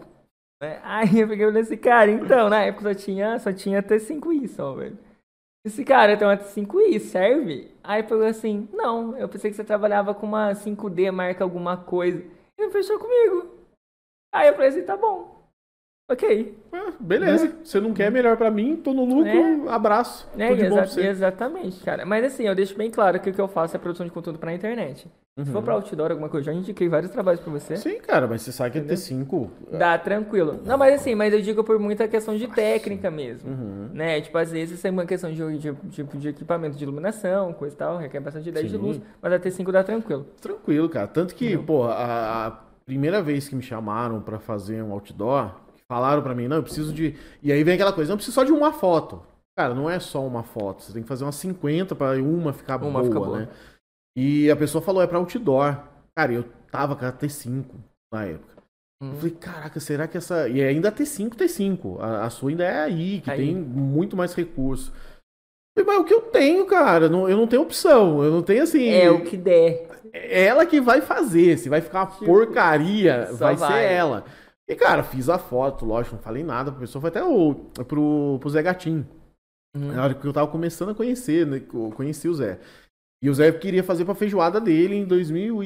Aí eu peguei e falei assim, cara, então, na época só tinha T5i só, velho. Esse cara tem uma T5i, serve? Aí pegou assim, não, eu pensei que você trabalhava com uma 5D, marca alguma coisa. Ele fechou comigo. Aí eu falei assim, tá bom. Ok. Beleza. Você não quer melhor pra mim, tô no lucro, abraço. Tudo de bom pra você. Exatamente, cara. Mas assim, eu deixo bem claro que o que eu faço é produção de conteúdo pra internet. Se for pra outdoor, alguma coisa, eu já indiquei vários trabalhos pra você. Sim, cara, mas você sabe que é T5... Dá, tranquilo. Não, mas assim, eu digo por muita questão de técnica mesmo. Né? Tipo, às vezes é uma questão de equipamento de iluminação, coisa e tal, requer bastante ideia de luz, mas a T5 dá tranquilo. Tranquilo, cara. Tanto que, a primeira vez que me chamaram pra fazer um outdoor... Falaram pra mim, não, eu preciso de... E aí vem aquela coisa, não, eu preciso só de uma foto. Cara, não é só uma foto. Você tem que fazer umas 50 pra uma ficar boa, né? E a pessoa falou, é pra outdoor. Cara, eu tava com a T5 na época. Eu falei, caraca, será que essa... E ainda a T5. A sua ainda é aí, que tem muito mais recurso. Eu falei, mas o que eu tenho, cara? Eu não tenho opção. Eu não tenho assim... É o que der. É ela que vai fazer. Se vai ficar uma porcaria, vai ser ela. E, cara, fiz a foto, lógico, não falei nada pra pessoa. Foi até pro Zé Gatinho. Na hora que eu tava começando a conhecer, né? Eu conheci o Zé. E o Zé queria fazer pra feijoada dele em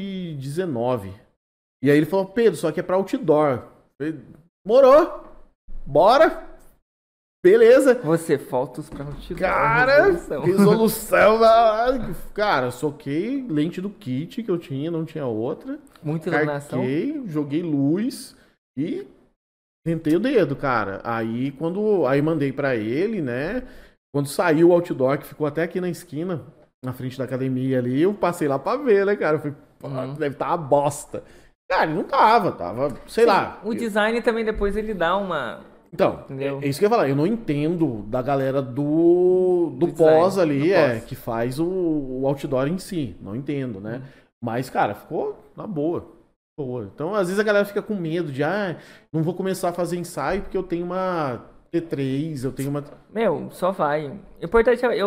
2019. E aí ele falou, Pedro, só que é pra outdoor. Eu falei, morou! Bora! Beleza! Você, fotos pra outdoor. Cara, resolução. Cara, soquei lente do kit que eu tinha, não tinha outra. Muita iluminação. Joguei luz. E tentei o dedo, cara. Aí mandei pra ele, né? Quando saiu o outdoor, que ficou até aqui na esquina, na frente da academia ali, eu passei lá pra ver, né, cara? Eu falei, deve estar uma bosta. Cara, não tava, sei lá. O design também depois ele dá uma... Então, é isso que eu ia falar. Eu não entendo da galera do pós design, ali, que faz o outdoor em si. Não entendo, né? Mas, cara, ficou na boa. Então, às vezes a galera fica com medo de, não vou começar a fazer ensaio porque eu tenho uma T3, eu tenho uma... Só vai. O importante é,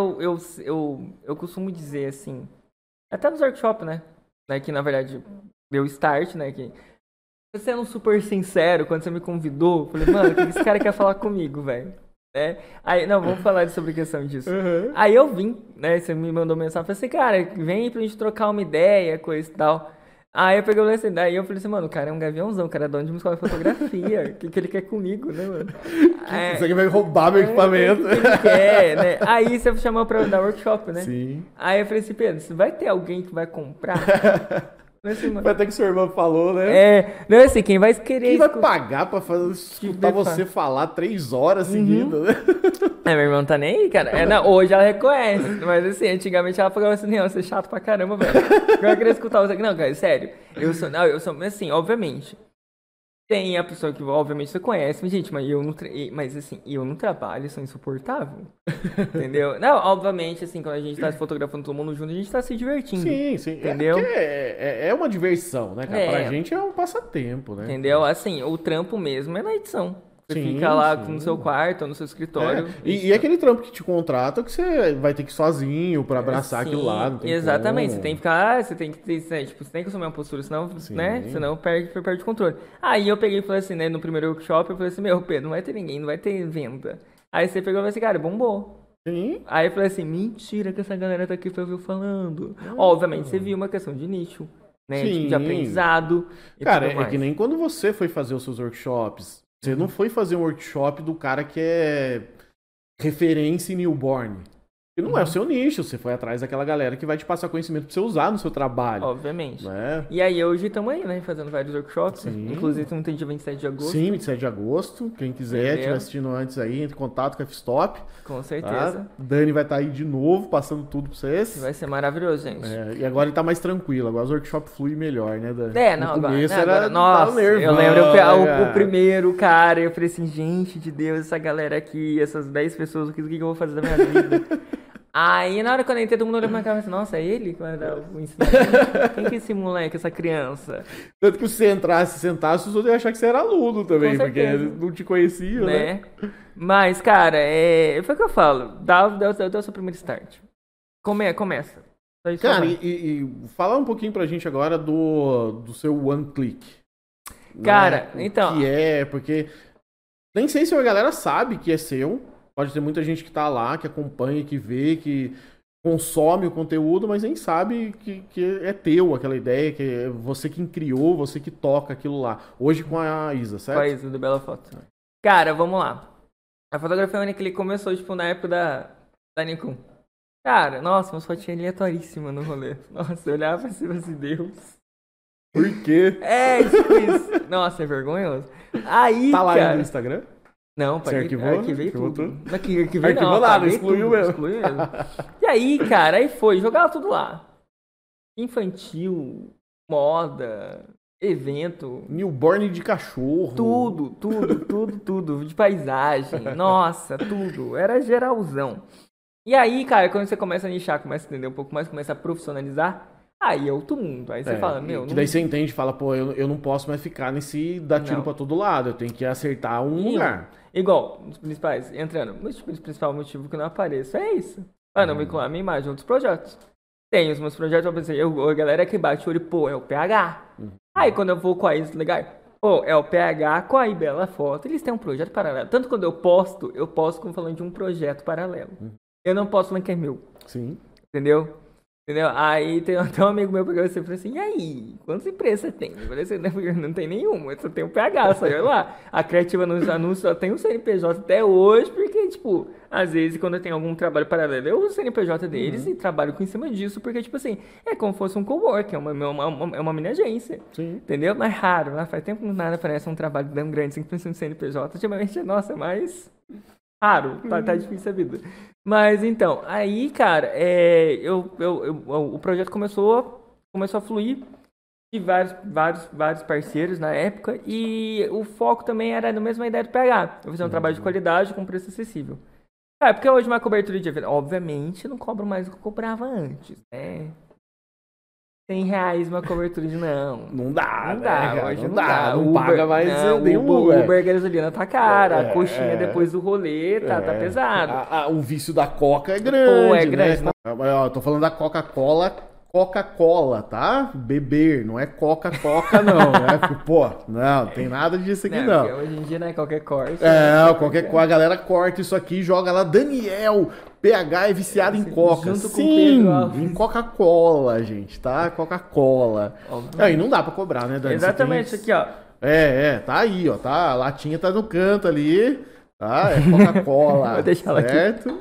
eu costumo dizer assim, até nos workshops, né? Que na verdade deu start, né? Que sendo super sincero, quando você me convidou, eu falei, mano, o que esse cara quer falar comigo, velho? Aí, não, vamos falar sobre questão disso. Aí eu vim, né? Você me mandou mensagem, falei assim, cara, vem pra gente trocar uma ideia, coisa e tal. Aí eu peguei o lance, daí eu falei assim, mano, o cara é um gaviãozão, o cara é dono de uma escola de fotografia. O que ele quer comigo, né, mano? Isso aqui vai roubar meu equipamento. O que ele quer, né? Aí você chamou pra dar workshop, né? Sim. Aí eu falei assim, Pedro, vai ter alguém que vai comprar? Assim, vai ter que seu irmão falou, né? Não é assim, quem vai querer... Quem vai pagar pra escutar você falar 3 horas seguidas, né? Meu irmão tá nem aí, cara. Não, hoje ela reconhece, mas assim, antigamente ela falava assim, não, você é chato pra caramba, velho. Eu queria escutar você aqui. Não, cara, sério. Eu sou, assim, obviamente. Tem a pessoa que, obviamente, você conhece, mas, gente, eu não trabalho, sou insuportável. Entendeu? Não, obviamente, assim, quando a gente tá se fotografando todo mundo junto, a gente tá se divertindo. Sim. Entendeu? É uma diversão, né, cara? Pra gente é um passatempo, né? Entendeu? Assim, o trampo mesmo é na edição. Você fica lá no seu quarto ou no seu escritório. E aquele trampo que te contrata que você vai ter que ir sozinho pra abraçar aquilo lá. Não tem exatamente. como. Você tem que ficar. Você tem que ter, tipo, você tem que assumir uma postura, senão, né? Senão perde o controle. Aí eu peguei e falei assim, né? No primeiro workshop, eu falei assim, meu, Pedro, não vai ter ninguém, não vai ter venda. Aí você pegou e falou assim, cara, bombou. Sim. Aí eu falei assim, mentira que essa galera tá aqui pra ver eu falando. Obviamente, você viu uma questão de nicho, né? Tipo, de aprendizado. Cara, é que nem quando você foi fazer os seus workshops. Você não foi fazer um workshop do cara que é referência em newborn. E não é o seu nicho, você foi atrás daquela galera que vai te passar conhecimento pra você usar no seu trabalho. Obviamente. Né? E aí hoje estamos aí, né, fazendo vários workshops. Sim. Inclusive tem dia 27 de agosto. Sim, 27 de agosto. Quem quiser, estiver assistindo antes aí, entre em contato com a F-Stop. Com certeza. Tá? Dani vai estar aí de novo, passando tudo pra vocês. Vai ser maravilhoso, gente. E agora ele tá mais tranquilo, agora os workshops fluem melhor, né, Dani? No começo agora, nossa, eu lembro o primeiro cara, eu falei assim, gente de Deus, essa galera aqui, essas 10 pessoas, o que eu vou fazer da minha vida? Aí, na hora que eu entrei, todo mundo olhou pra minha cara e falou, nossa, é ele que vai dar o ensinamento? Quem que é esse moleque, essa criança? Tanto que se você entrasse e sentasse, os outros iam achar que você era aluno também, porque não te conheciam, né? Mas, cara, foi o que eu falo, dá o seu primeiro start. Começa. Cara, e fala um pouquinho pra gente agora do seu One Click. Cara, né? então... Que porque nem sei se a galera sabe que é seu. Pode ter muita gente que tá lá, que acompanha, que vê, que consome o conteúdo, mas nem sabe que é teu aquela ideia, que é você quem criou, você que toca aquilo lá. Hoje com a Isa, certo? Com a Isa, do Bela Foto. Cara, vamos lá. A fotografia única começou, tipo, na época da Nikon. Cara, nossa, umas fotinhas aleatoríssimas no rolê. Nossa, eu olhava assim e falava assim, Deus. Por quê? Tipo isso. Nossa, é vergonhoso. Aí, tá lá cara... no Instagram? Não, arquivei tudo. Arquivei nada, excluiu mesmo. E aí, cara, jogava tudo lá. Infantil, moda, evento. Newborn de cachorro. Tudo. De paisagem. Nossa, tudo. Era geralzão. E aí, cara, quando você começa a nichar, começa a entender um pouco mais, começa a profissionalizar, aí é outro mundo. Aí você fala, meu... Daí você entende e fala, pô, eu não posso mais ficar nesse dar tiro pra todo lado. Eu tenho que acertar um lugar. Igual, os principais, entrando, o principal motivo que eu não apareço é isso. Pra não vincular a minha imagem a outros projetos. Tem os meus projetos, eu pensei, a galera que bate o olho, pô, é o PH. Aí quando eu vou com a Isa, legal, pô, é o PH com a Bela Foto, eles têm um projeto paralelo. Tanto quando eu posto como falando de um projeto paralelo. Eu não posto falando que é meu. Sim. Entendeu? Aí tem até um amigo meu que eu falei assim, e aí, quantas empresas você tem? Eu falei assim, não tem nenhuma, eu só tenho o PH, só olha lá. A Criativa nos anúncios só tem o CNPJ até hoje, porque, tipo, às vezes quando eu tenho algum trabalho paralelo, eu uso o CNPJ deles e trabalho em cima disso, porque, tipo assim, é como se fosse um coworking, é uma mini agência. Sim. Entendeu? Mas raro, né? Faz tempo que nada parece um trabalho tão grande, sem pensar no CNPJ, ultimamente, nossa, mas... raro, tá difícil a vida. Mas então, aí, cara, o projeto começou a fluir de vários parceiros na época e o foco também era na mesma ideia do PH. Eu fazer um trabalho de qualidade com preço acessível. Porque hoje uma cobertura de evento, obviamente, não cobro mais do que eu cobrava antes, né? R$100 uma cobertura de Não dá, hoje não dá. Não paga mais o Uber, a gasolina tá cara, a coxinha depois do rolê tá pesado. O vício da Coca é grande, pô, é grande, né? Eu tô falando da Coca-Cola, tá? Beber, não é Coca-Cola não, né? Pô, não tem nada disso aqui não. Hoje em dia não é qualquer corte. Qualquer coisa, a galera corta isso aqui e joga lá, Daniel, PH é viciado em Coca. Junto com Sim, Pedro em Coca-Cola, gente, tá? Coca-Cola. Aí não dá pra cobrar, né, Dani? Exatamente, aqui, ó. Tá aí, ó, tá? A latinha tá no canto ali, tá? É Coca-Cola. Vou deixar ela certo?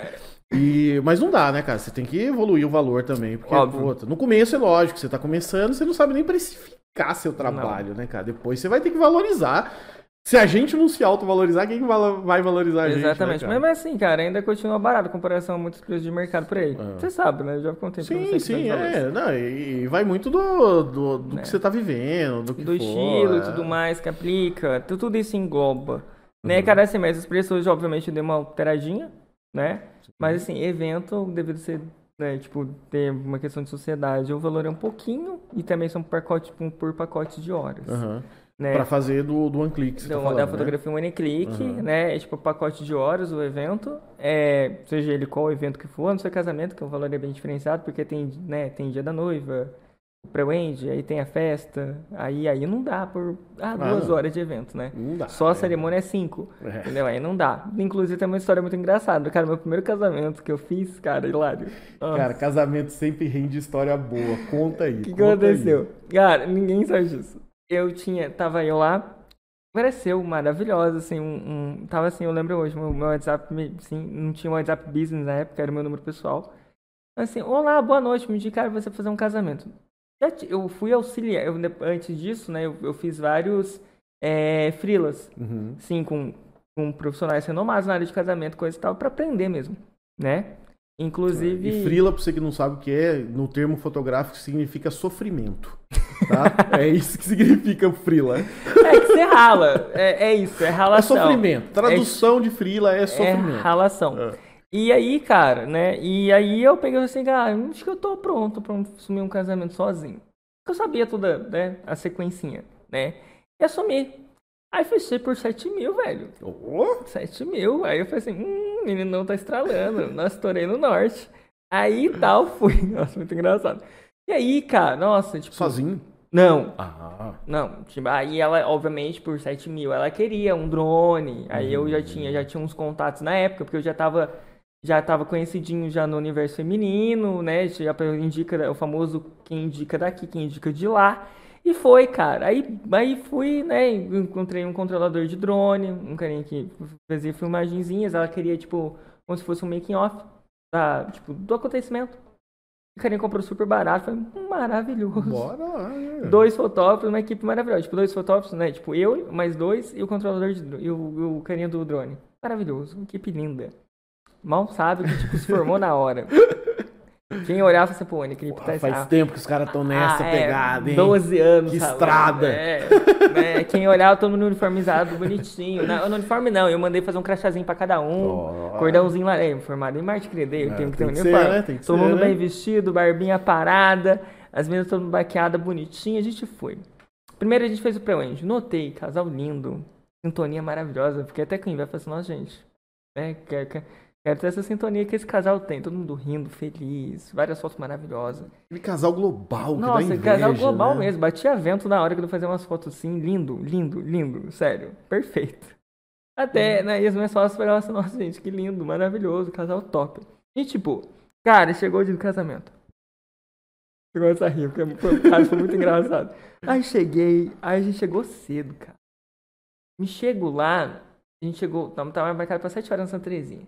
Mas não dá, né, cara? Você tem que evoluir o valor também. Porque, pô, no começo é lógico, você tá começando, você não sabe nem precificar seu trabalho, né, cara? Depois você vai ter que valorizar. Se a gente não se autovalorizar, quem vai valorizar a gente? Exatamente. Né, mas assim, cara, ainda continua barato em comparação a muitos preços de mercado por aí. Você sabe, né? Eu já contei pra você. Sim, não, e vai muito do que você tá vivendo, do estilo e tudo mais que aplica, tudo isso engloba. Né, cara, assim, mas os preços hoje, obviamente, deu uma alteradinha, né? Mas assim, evento, devido ser, né, tipo, ter uma questão de sociedade, o valor é um pouquinho, e também são por pacote de horas. Né? Pra fazer do one click, você tá falando, da fotografia one click, né? É tipo pacote de horas o evento, seja ele qual evento que for, no seu casamento, que o valor é bem diferenciado, porque tem, né, tem dia da noiva, o pré-wed, aí tem a festa, aí não dá por 2 horas de evento, né? Não dá. Só a cerimônia é 5, entendeu? Aí não dá. Inclusive tem uma história muito engraçada, cara, meu primeiro casamento que eu fiz, cara, hilário. Cara, casamento sempre rende história boa, conta aí. O que aconteceu? Cara, ninguém sabe disso. Tava eu lá, pareceu maravilhosa, assim, tava assim, eu lembro hoje, meu WhatsApp, assim, não tinha WhatsApp Business na época, era o meu número pessoal. Assim, olá, boa noite, me indicaram você fazer um casamento. Eu fui auxiliar, antes disso, né, eu fiz vários freelas, sim, com profissionais renomados na área de casamento, coisa e tal, pra aprender mesmo, né? Inclusive... E freela, pra você que não sabe o que é, no termo fotográfico significa sofrimento, tá? É isso que significa freela. É que você rala, é isso, é ralação. É sofrimento, tradução de freela é sofrimento. É ralação. E aí, cara, né, e aí eu peguei assim, acho que eu tô pronto pra assumir um casamento sozinho. Porque eu sabia toda, né, a sequencinha, né, e assumi. Aí fechei por 7 mil, velho. 7 mil. Aí eu falei assim, menino não tá estralando. Nossa, estourei no norte. Aí tal, fui. Nossa, muito engraçado. E aí, cara, nossa, tipo... Sozinho? Não. Não. Tipo, aí ela, obviamente, por 7 mil, ela queria um drone. Aí eu já tinha uns contatos na época, porque eu já tava conhecidinho já no universo feminino, né? Já indica o famoso quem indica daqui, quem indica de lá. E foi, cara. Aí fui, né? Encontrei um controlador de drone, um carinha que fazia filmagenzinhas. Ela queria, tipo, como se fosse um making-off do acontecimento. O carinha comprou super barato. Foi maravilhoso. Bora lá, né? 2 fotógrafos, uma equipe maravilhosa. Tipo, 2 fotógrafos, né? Tipo, eu, mais 2 e o controlador de drone, e o carinha do drone. Maravilhoso. Uma equipe linda. Mal sabe que, tipo, se formou na hora. Quem olhava assim, pô, aquele faz tempo que os caras estão nessa pegada, hein? 12 anos. Que estrada. Quem olhava todo mundo uniformizado, bonitinho. No uniforme não, eu mandei fazer um crachazinho pra cada um. Cordãozinho lá, formado em Marte Credeiro, tem que ter um uniforme. Né? Todo mundo bem vestido, barbinha parada, as meninas todo mundo baqueada, bonitinha, a gente foi. Primeiro a gente fez o pré-wed, notei, casal lindo, sintonia maravilhosa, fiquei até com inveja, falei assim, nossa gente, quero ter essa sintonia que esse casal tem. Todo mundo rindo, feliz. Várias fotos maravilosas. Aquele casal global que Nossa, dá inveja, casal global né? mesmo. Batia vento na hora que eu fazia umas fotos assim. Lindo, lindo, lindo. Sério. Perfeito. Até, né? E as minhas fotos falavam assim, nossa, gente, que lindo, maravilhoso. Casal top. E tipo, cara, chegou o dia do casamento. Chegou essa rir, porque foi muito engraçado. Aí a gente chegou cedo, cara. Me chego lá, a gente chegou, tava marcado pra 7 horas na Santa Terezinha.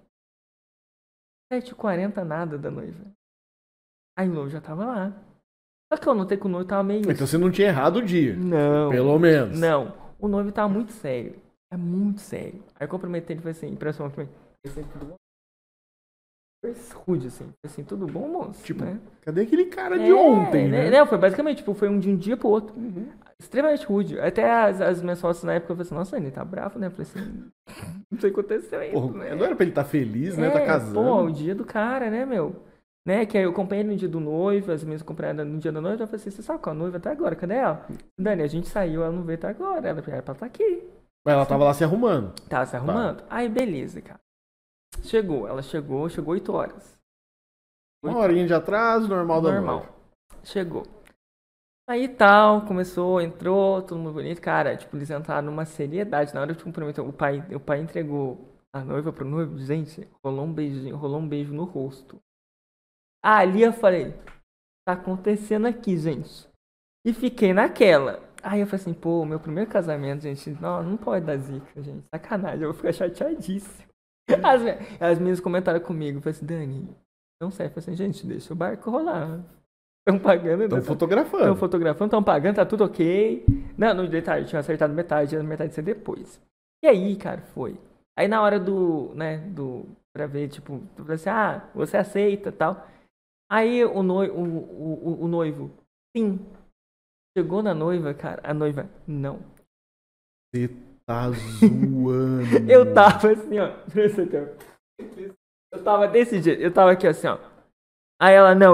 7h40 nada da noiva. Aí o noivo já tava lá. Só que eu notei que o noivo tava meio... Então você não tinha errado o dia. Não. Pelo menos. Não. O noivo tava muito sério. É muito sério. Aí eu cumprimentei ele e falei assim, impressão aqui. Tudo bom? Rude, assim, tudo bom, moço? Tipo, né? Cadê aquele cara de ontem, né? Não, foi basicamente, tipo, foi de um dia pro outro. Extremamente rude. Até as minhas fotos na época, eu falei assim, nossa, ele tá bravo, né? Eu falei assim, não sei o que aconteceu ainda, né? Não era pra ele estar feliz, né? Tá casando. Pô, o dia do cara, né, meu? Né? Que aí eu acompanhei no dia do noivo, as minhas acompanhadas no dia da noiva, eu falei assim, você sabe qual a noiva até agora? Cadê ela? Dani, a gente saiu, ela não veio até agora. Ela era pra estar aqui. Mas ela tava lá se arrumando. Tava se arrumando. Aí, beleza, cara. Ela chegou 8 horas. Uma horinha de atraso, normal da noiva. Chegou. Aí tal, entrou, todo mundo bonito. Cara, tipo, eles entraram numa seriedade. Na hora de cumprimentar, o pai entregou a noiva pro noivo, gente, rolou um beijinho, rolou um beijo no rosto. Ali eu falei, tá acontecendo aqui, gente. E fiquei naquela. Aí eu falei assim, pô, meu primeiro casamento, gente, não pode dar zica, gente. Sacanagem, eu vou ficar chateadíssimo. As meninas comentaram comigo, eu falei assim, Dani, não serve. Eu falei assim, gente, deixa o barco rolar. Estão pagando. Estão fotografando. Estão fotografando, estão pagando, tá tudo ok. Não, no detalhe, eu tinha acertado metade, a metade ia ser depois. E aí, cara, foi. Aí na hora pra ver, tipo, eu falei assim, você aceita e tal. Aí o noivo, sim. Chegou na noiva, cara, a noiva, não. Você tá zoando. Eu tava assim, ó. Eu tava desse jeito, eu tava aqui assim, ó. Aí ela, não,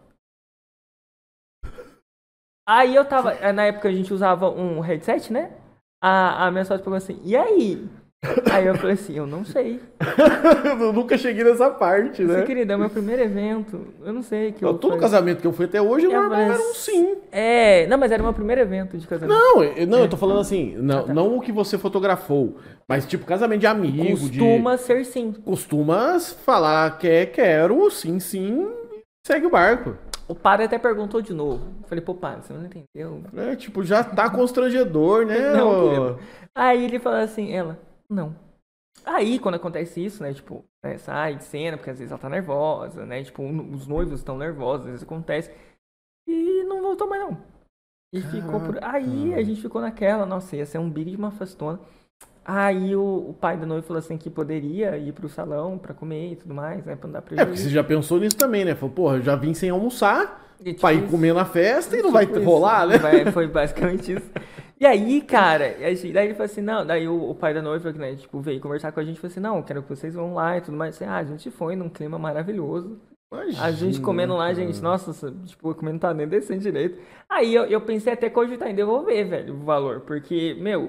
Aí eu tava, na época a gente usava um headset, né? A minha sorte pegou assim, e aí? Aí eu falei assim, eu não sei. Eu nunca cheguei nessa parte, né? Querido, é o meu primeiro evento. Eu não sei que eu todo casamento que eu fui até hoje, normal era um sim. Não, mas era o meu primeiro evento de casamento. Eu tô falando assim, não o que você fotografou, mas tipo casamento de amigo. Costuma ser sim. Costuma falar quero, sim, segue o barco. O padre até perguntou de novo. Eu falei, pô, padre, você não entendeu? Tipo, já tá constrangedor, né? Não, aí ele falou assim, ela, não. Aí, quando acontece isso, né, tipo, sai de cena, porque às vezes ela tá nervosa, né, tipo, os noivos estão nervosos, às vezes acontece, e não voltou mais não. E ficou por... Aí a gente ficou naquela, nossa, ia ser um big de uma festona. Aí o pai da noiva falou assim que poderia ir pro salão pra comer e tudo mais, né, pra não dar prejuízo. Porque você já pensou nisso também, né, falou, porra, eu já vim sem almoçar, pra ir comer na festa e não vai rolar, né? Foi basicamente isso. E aí, cara, daí ele falou assim, não, daí o pai da noiva, né, tipo, veio conversar com a gente e falou assim, não, quero que vocês vão lá e tudo mais. Assim, a gente foi num clima maravilhoso. Imagina, a gente comendo lá, gente, nossa, tipo, comendo não tá nem descendo direito. Aí eu pensei até cogitar em devolver, velho, o valor, porque, meu,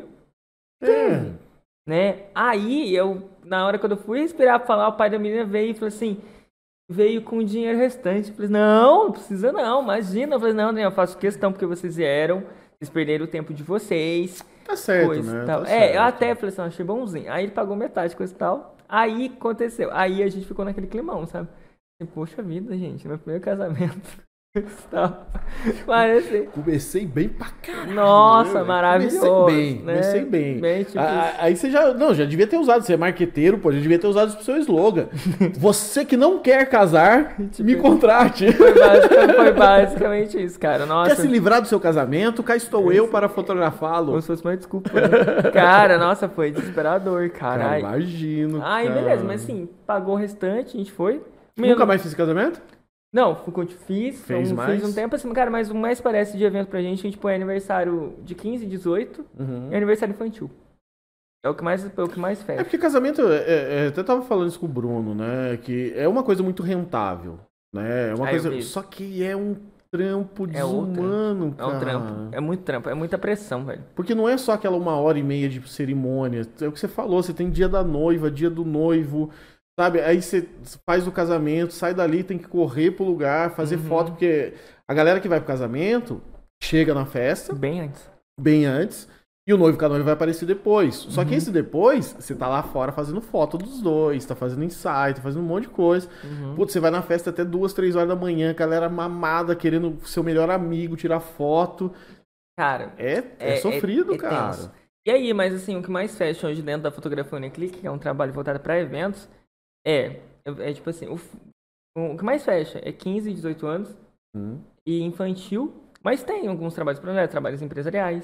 né? Aí na hora que eu fui respirar pra falar, o pai da menina veio e falou assim, veio com o dinheiro restante. Eu falei, não precisa não, imagina. Eu falei, não, eu faço questão porque vocês vieram. Vocês perderam o tempo de vocês. Tá certo, né? Tal. Tá certo. Eu até falei assim, achei bonzinho. Aí ele pagou metade, coisa e tal. Aí aconteceu. Aí a gente ficou naquele climão, sabe? Poxa vida, gente, meu primeiro casamento. Parece... Comecei bem pra caralho. Nossa, maravilhoso. Comecei bem. Tipo aí você já devia ter usado, você é marqueteiro, pô, já devia ter usado isso pro seu slogan. Você que não quer casar, me contrate. Foi basicamente isso, cara. Nossa. Quer se livrar do seu casamento? Cá estou eu para fotografá-lo. Como se fosse uma desculpa. Né? Cara, nossa, foi desesperador, cara. Imagino. Aí, beleza, mas assim, pagou o restante, a gente foi. Nunca mais fiz casamento? Não, fiz um tempo assim, cara, mas o mais parece de evento pra gente, a gente põe aniversário de 15, 18 e aniversário infantil. É o que mais fecha. É porque casamento, até tava falando isso com o Bruno, né, que é uma coisa muito rentável, né, é uma coisa, só que é um trampo desumano, cara. É um trampo, é muito trampo, é muita pressão, velho. Porque não é só aquela 1h30 de cerimônia, é o que você falou, você tem dia da noiva, dia do noivo... Sabe, aí você faz o casamento, sai dali, tem que correr pro lugar, fazer foto, porque a galera que vai pro casamento chega na festa. Bem antes. E o noivo com a noiva vai aparecer depois. Só que esse depois, você tá lá fora fazendo foto dos dois, tá fazendo ensaio, tá fazendo um monte de coisa. Putz, você vai na festa até 2, 3 horas da manhã, galera mamada, querendo seu melhor amigo, tirar foto. Cara, é sofrido, cara. Tenso. E aí, mas assim, o que mais fecha hoje dentro da fotografia Uniclick, que é um trabalho voltado pra eventos, é tipo assim, o que mais fecha é 15, 18 anos e infantil, mas tem alguns trabalhos para trabalhos empresariais.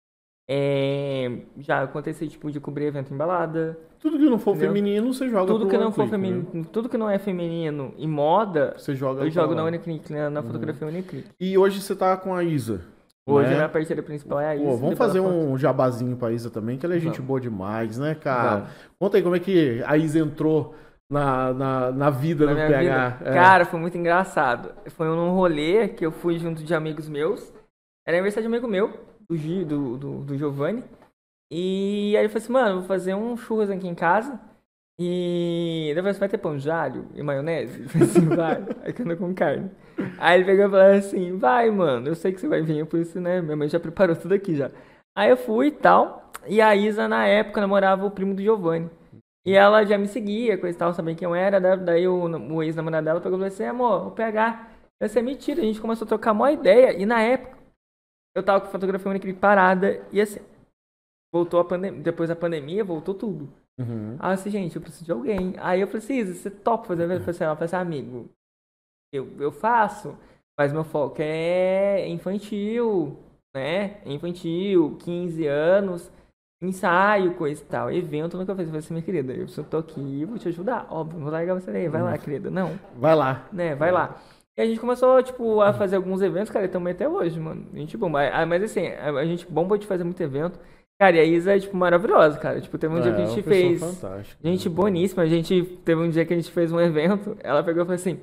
Já aconteceu tipo de cobrir evento em balada. Tudo que não for feminino, você joga tudo que não for feminino, né? Tudo que não é feminino e moda, eu jogo na Uniclick, na fotografia Uniclick. E hoje você tá com a Isa. Hoje a minha parceira principal é a Isa. Pô, vamos fazer um jabazinho pra Isa também, que ela é gente boa demais, né, cara? Conta aí como é que a Isa entrou na vida do PH. Cara, foi muito engraçado. Foi num rolê que eu fui junto de amigos meus. Era aniversário de um amigo meu, do Giovanni. E aí ele falou assim, mano, vou fazer um churras aqui em casa. E depois vai ter pão de alho e maionese? Eu falei assim, vai. Aí que anda com carne. Aí ele pegou e falou assim, vai, mano, eu sei que você vai vir, por isso, né? Minha mãe já preparou tudo aqui já. Aí eu fui e tal. E a Isa, na época, namorava o primo do Giovanni. E ela já me seguia, coisa e tal, sabia quem eu era. Daí o ex-namorado dela pegou e falou assim, amor, vou pegar. Essa é mentira. A gente começou a trocar uma ideia. E na época, eu tava com a fotografia única parada. E assim, voltou a pandemia. Depois da pandemia, voltou tudo. Uhum. Aí eu falei, gente, eu preciso de alguém. Aí eu preciso, você topa fazer? Ela falou assim, amigo, eu faço, mas meu foco é infantil, né? Infantil, 15 anos, ensaio, coisa e tal. Evento nunca fiz. Eu falei assim, minha querida, eu só tô aqui, vou te ajudar. Óbvio, não vou largar você daí. Vai lá, querida. Não. Vai lá. Né, vai lá. E a gente começou, tipo, a fazer alguns eventos, cara, e também até hoje, mano. A gente bomba. Mas assim, a gente bomba de fazer muito evento. Cara, e a Isa é, tipo, maravilhosa, cara. Tipo, teve um dia que a gente fez. Gente boníssima. A gente teve um dia que a gente fez um evento. Ela pegou e falou assim: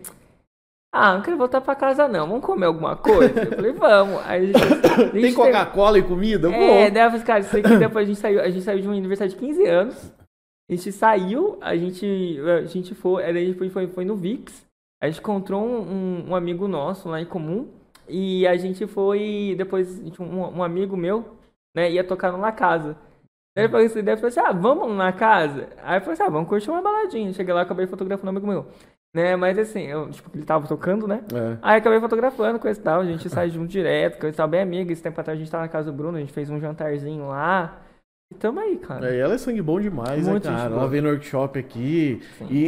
ah, não quero voltar pra casa, não. Vamos comer alguma coisa? Eu falei, vamos. Aí Tem Coca-Cola e comida? Daí eu falei, cara, isso aqui depois a gente saiu de um aniversário de 15 anos. A gente saiu, a gente foi, aí a gente foi no VIX. A gente encontrou um amigo nosso lá em comum. E a gente foi, depois, um amigo meu, né, ia tocar numa casa. Daí ele falou assim, ah, vamos na casa? Aí eu falei assim, ah, vamos curtir uma baladinha. Cheguei lá, acabei fotografando um amigo meu. Né, mas assim, tipo, ele tava tocando, né? É. Aí acabei fotografando, coisa e tal. A gente sai junto direto, coisa e tal, bem amiga. Esse tempo atrás a gente tava na casa do Bruno, a gente fez um jantarzinho lá. E tamo aí, cara. Ela é sangue bom demais, muito, né, cara? Ela veio no workshop aqui.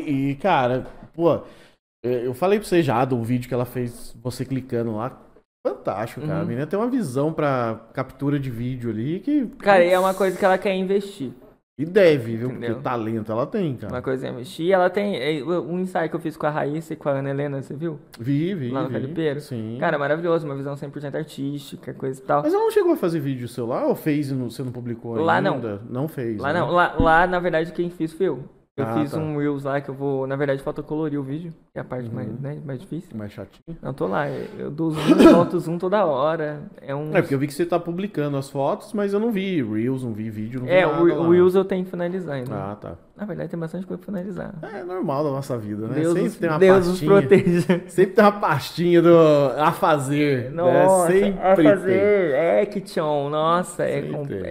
Cara, pô, eu falei pra você já do vídeo que ela fez, você clicando lá. Fantástico, cara. A menina tem uma visão pra captura de vídeo ali que. Cara, e é uma coisa que ela quer investir. E deve, viu? Entendeu? Porque talento ela tem, cara. Uma coisa é investir. Ela tem. Um ensaio que eu fiz com a Raíssa e com a Ana Helena, você viu? Vi. Lá no Calipeiro. Sim. Cara, maravilhoso. Uma visão 100% artística, coisa e tal. Mas ela não chegou a fazer vídeo seu lá ou fez e você não publicou ainda? Lá não. Não fez. Lá né? não. Lá, na verdade, quem fez foi eu. Eu fiz tá. um Reels lá que eu vou, na verdade, fotocolorir o vídeo, que é a parte mais difícil. Mais chatinho. Não, tô lá. Eu dou zoom, volto zoom toda hora. É porque eu vi que você tá publicando as fotos, mas eu não vi Reels, não vi vídeo, não vi nada o Reels eu tenho que finalizar ainda. Ah, tá. Na verdade, tem bastante coisa pra finalizar. É normal da nossa vida, né? Deus Sempre tem uma Deus pastinha. Nos proteja. Sempre tem uma pastinha do a fazer. Nossa, né? Sempre a fazer. Action. Nossa, é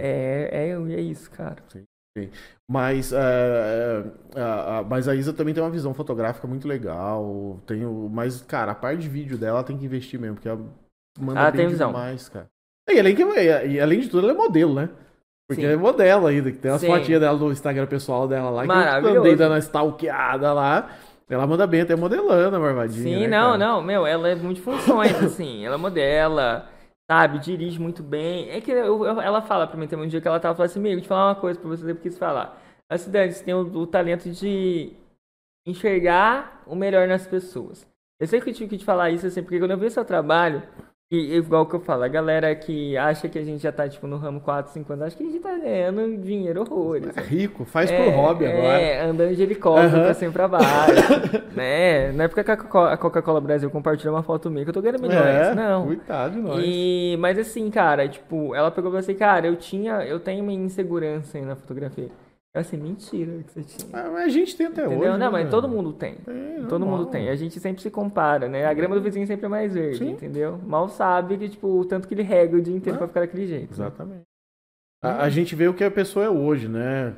isso, cara. Sim. Mas a Isa também tem uma visão fotográfica muito legal. Mas, cara, a parte de vídeo dela tem que investir mesmo, porque ela manda bem demais, cara. E além de tudo, ela é modelo, né? Porque ela é modelo ainda, que tem umas fotinhas dela no Instagram pessoal dela lá, que eu andei dando uma stalkeada lá. Ela manda bem, até modelando a Marvadinha. Sim, né, não, meu, ela é multifunções, assim, ela modela, sabe, dirige muito bem. É que ela fala pra mim, tem um dia que ela tava falando assim, amigo, deixa eu falar uma coisa pra você, eu quis falar. A cidade, você tem o talento de enxergar o melhor nas pessoas. Eu sei que eu tive que te falar isso, assim, porque quando eu vi o seu trabalho, e igual que eu falo, a galera que acha que a gente já tá, tipo, no ramo 4, 5 anos, acho que a gente tá ganhando dinheiro horrores. É rico, faz por hobby agora. Andando de helicóptero pra cima e pra baixo, né? Não é porque a Coca-Cola Brasil compartilhou uma foto minha que eu tô ganhando milhões, não. Coitado de nós. Mas assim, cara, tipo, ela pegou e falou assim, cara, eu tenho uma insegurança aí na fotografia. Eu assim, mentira que você tinha. Mas a gente tem até Entendeu? hoje. Não, né? mas todo mundo tem. Todo mundo tem. A gente sempre se compara, né? A grama do vizinho sempre é mais verde, entendeu? Mal sabe que, tipo, o tanto que ele rega o dia inteiro pra ficar daquele jeito. Exatamente. Né? A gente vê o que a pessoa é hoje, né?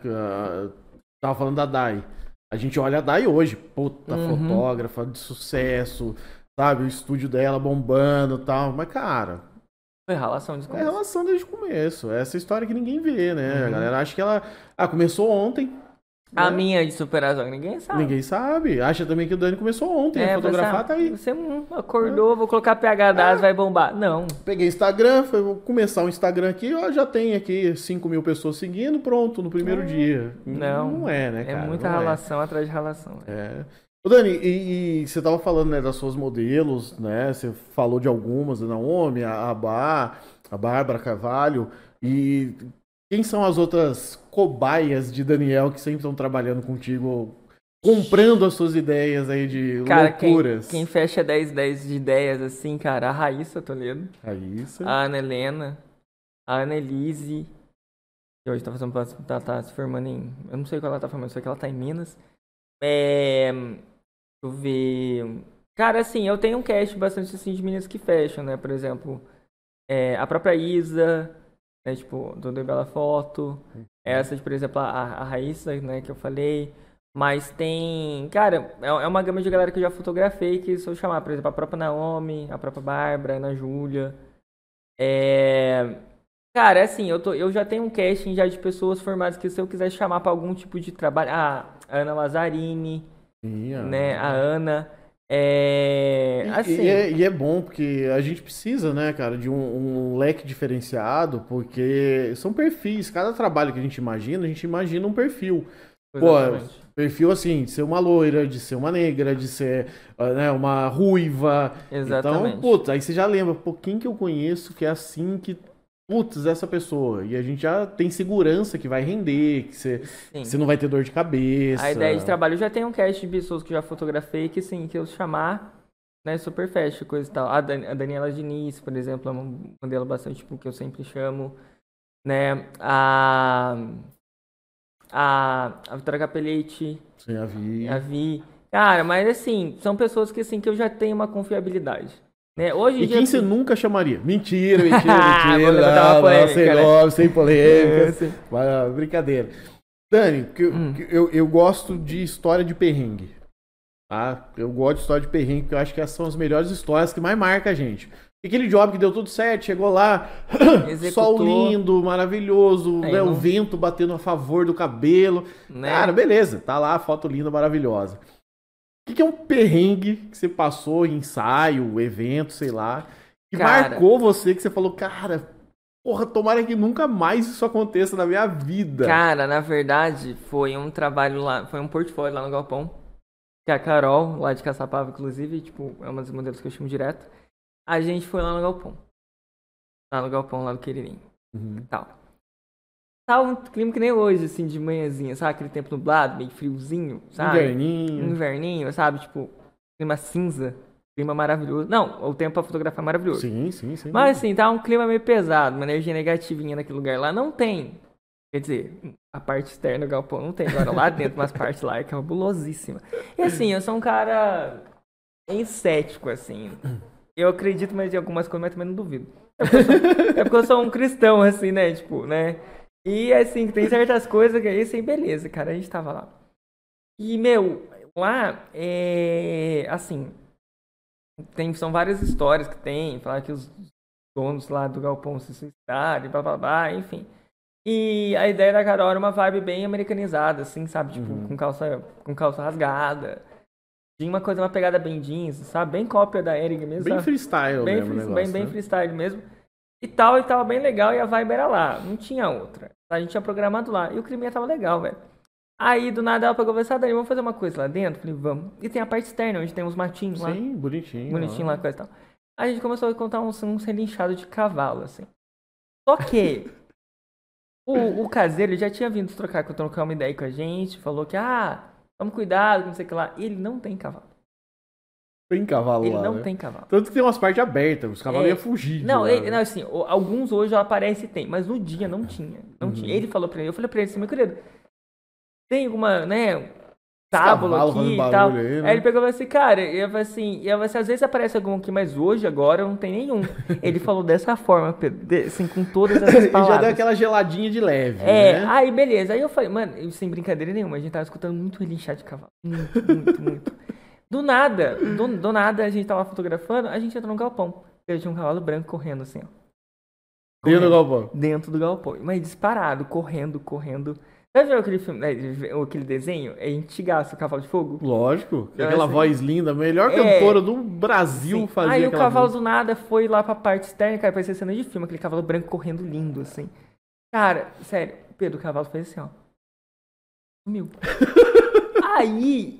Tava falando da Dai. A gente olha a Dai hoje, puta fotógrafa de sucesso, sabe? O estúdio dela bombando e tal. Mas, cara. Foi relação desde o começo. É relação desde o começo. Essa história que ninguém vê, né? A galera acha que ela. Começou ontem. A né? minha de superação, ninguém sabe. Ninguém sabe. Acha também que o Dani começou ontem. A fotografar tá aí. Você acordou, vou colocar PH das, vai bombar. Não. Peguei Instagram, vou começar o Instagram aqui, ó, já tem aqui 5 mil pessoas seguindo, pronto, no primeiro dia. Não é, né, cara? É muita relação atrás de relação. Ô, Dani, e você tava falando, né, das suas modelos, né? Você falou de algumas, a Naomi, a Bárbara Carvalho, e quem são as outras cobaias de Daniel que sempre estão trabalhando contigo, comprando as suas ideias aí de loucuras? Quem fecha 10 de ideias assim, cara, a Raíssa Toledo. Raíssa. A Ana Helena, a Ana Elise, que hoje tá se formando em... Eu não sei qual ela tá formando, só que ela tá em Minas. Deixa eu ver. Cara, assim, eu tenho um cast bastante assim de meninas que fecham, né? Por exemplo, a própria Isa, né? Tipo, do De Bela Foto. Essa, por exemplo, a Raíssa, né, que eu falei. Mas tem... Cara, é uma gama de galera que eu já fotografei, que se eu chamar, por exemplo, a própria Naomi, a própria Bárbara, a Ana Júlia. Cara, é assim, eu já tenho um casting já de pessoas formadas que se eu quiser chamar pra algum tipo de trabalho... a Ana Lazzarini, né, a Ana... Assim. E é bom, porque a gente precisa, né, cara, de um leque diferenciado, porque são perfis. Cada trabalho que a gente imagina um perfil. Exatamente. Pô, perfil assim, de ser uma loira, de ser uma negra, de ser, né, uma ruiva. Exatamente. Então, putz, aí você já lembra, pô, quem que eu conheço que é assim, que, putz, essa pessoa. E a gente já tem segurança que vai render, que você não vai ter dor de cabeça. A ideia de trabalho, eu já tenho um cast de pessoas que eu já fotografei, que sim, que eu chamar, né, super fast, coisa e tal. A Daniela Diniz, por exemplo, é uma modelo bastante, tipo, que eu sempre chamo, né, a Vitória Capelletti. Sim, a Vi. Cara, mas assim, são pessoas que assim, que eu já tenho uma confiabilidade. Né? Hoje e quem você nunca chamaria? Mentira. Polêmica, sem polêmica. Brincadeira. Dani, eu gosto de história de perrengue. Tá? Eu gosto de história de perrengue, porque eu acho que essas são as melhores histórias que mais marcam a gente. Aquele job que deu tudo certo, chegou lá, sol lindo, maravilhoso, né, o vento batendo a favor do cabelo. Né? Cara, beleza, tá lá, foto linda, maravilhosa. O que é um perrengue que você passou, ensaio, evento, sei lá, que marcou você, que você falou, cara, porra, tomara que nunca mais isso aconteça na minha vida. Cara, na verdade, foi um trabalho lá, foi um portfólio lá no Galpão, que a Carol, lá de Caçapava, inclusive, tipo, é uma das modelos que eu chamo direto. A gente foi lá no Galpão. Lá no Galpão, lá do Queririm. Tal. Tava um clima que nem hoje, assim, de manhãzinha, sabe? Aquele tempo nublado, meio friozinho, sabe? Inverninho, sabe? Tipo, clima cinza. Clima maravilhoso. Não, o tempo pra fotografar é maravilhoso. Sim. Mas assim, tá um clima meio pesado, uma energia negativinha naquele lugar lá. Não tem. Quer dizer, a parte externa do Galpão não tem. Agora lá dentro, umas partes lá é cabulosíssima. E assim, eu sou um cara cético, assim. Eu acredito mais em algumas coisas, mas também não duvido. É porque eu sou um cristão, assim, né? Tipo, né? E assim, tem certas coisas que aí, assim, beleza, cara, a gente tava lá. E, meu, lá, assim, são várias histórias que tem, falar que os donos lá do Galpão se suicidaram, blá, blá, blá, enfim. E a ideia da Carol era uma vibe bem americanizada, assim, sabe? Tipo, com calça rasgada. Tinha uma pegada bem jeans, sabe? Bem cópia da Hering mesmo. Bem freestyle mesmo. Bem freestyle mesmo. E tava bem legal e a vibe era lá. Não tinha outra. A gente tinha programado lá. E o clima tava legal, velho. Aí, do nada, ela pegou e falou assim, Dani, vamos fazer uma coisa lá dentro? Falei, vamos. E tem a parte externa, onde tem uns matinhos lá. Sim, bonitinho. Bonitinho lá, coisa e tal. Aí a gente começou a contar uns relinchados de cavalo, assim. Só que o caseiro já tinha vindo trocar uma ideia com a gente. Falou que, toma cuidado, não sei o que lá. Ele não tem cavalo. Tem cavalo ele lá, não né? tem cavalo. Tanto que tem umas partes abertas, os cavalos iam fugir. Não, assim, alguns hoje aparece e tem, mas no dia não tinha. Não tinha. Ele falou pra ele, eu falei pra ele assim, meu querido, tem alguma, né, tábua aqui e tal. Aí, né? Aí ele pegou e falou assim, cara, eu falei assim, às vezes aparece algum aqui, mas hoje, agora, não tem nenhum. Ele falou dessa forma, assim, com todas essas palavras. Já deu aquela geladinha de leve, né? Aí beleza. Aí eu falei, mano, sem brincadeira nenhuma, a gente tava escutando muito relinchar de cavalo. Muito. Do nada, a gente tava fotografando, a gente entrou no galpão. Eu tinha um cavalo branco correndo assim, ó. Dentro do galpão? Dentro do galpão. Mas disparado, correndo. Já viu aquele filme, aquele desenho? É antigaço, o Cavalo de Fogo? Lógico. Aquela voz linda, melhor cantora do Brasil fazia. Aí o cavalo do nada foi lá pra parte externa, cara, parecia cena de filme, aquele cavalo branco correndo lindo, assim. Cara, sério, Pedro, o cavalo fez assim, ó. Sumiu. Aí,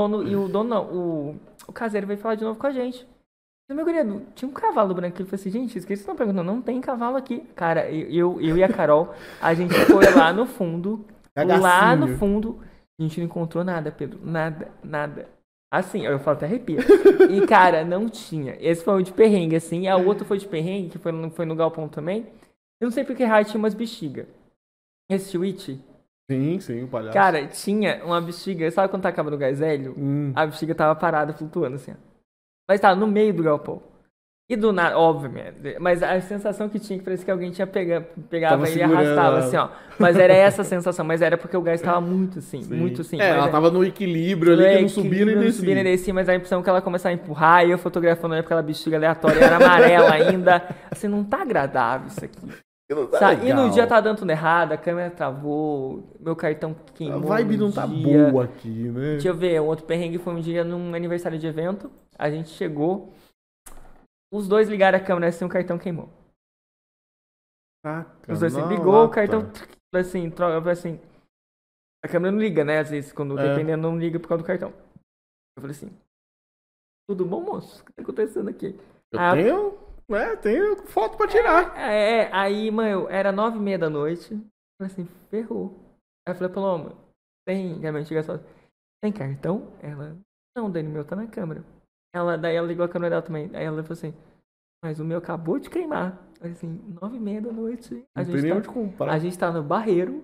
o caseiro veio falar de novo com a gente. Meu querido, tinha um cavalo branco. Ele falou assim, gente, isso que vocês estão perguntando, não tem cavalo aqui. Cara, eu e a Carol, a gente foi lá no fundo. Lá no fundo, a gente não encontrou nada, Pedro. Nada. Assim, eu falo até arrepia. E, cara, não tinha. Esse foi o de perrengue, assim. A outra foi de perrengue, que foi no galpão também. Eu não sei porque raio tinha umas bexigas. Esse Twitch. Sim, o palhaço. Cara, tinha uma bexiga, sabe quando tacava no gás hélio? A bexiga tava parada, flutuando assim, ó. Mas tava no meio do galpão. E do nada, obviamente, mas a sensação que tinha, que parecia que alguém tinha pegava e arrastava, assim, ó. Mas era essa sensação, mas era porque o gás estava muito assim, sim. Muito assim. Ela tava no equilíbrio ali, que não subia nem descia. Não subia nem descia, mas a impressão que ela começava a empurrar, e eu fotografando aquela bexiga aleatória, era amarela ainda. Assim, não tá agradável isso aqui. E no dia tá dando tudo errado, a câmera travou, meu cartão queimou. A vibe não tá boa aqui, né? Deixa eu ver, um outro perrengue foi um dia num aniversário de evento, a gente chegou... Os dois ligaram a câmera assim, o cartão queimou. Os dois assim, ligou, o cartão assim, a câmera não liga, né? Às vezes, quando dependendo, não liga por causa do cartão. Eu falei assim, tudo bom, moço? O que tá acontecendo aqui? Tenho foto pra tirar. Aí, mano, era 9h30 da noite. Eu falei assim, ferrou. Aí eu falei, Paloma, tem cartão? Ela, não, Dani, meu tá na câmera. Daí ela ligou a câmera dela também. Aí ela falou assim, mas o meu acabou de queimar. Eu falei assim, 9h30 da noite. A gente tá no Barreiro.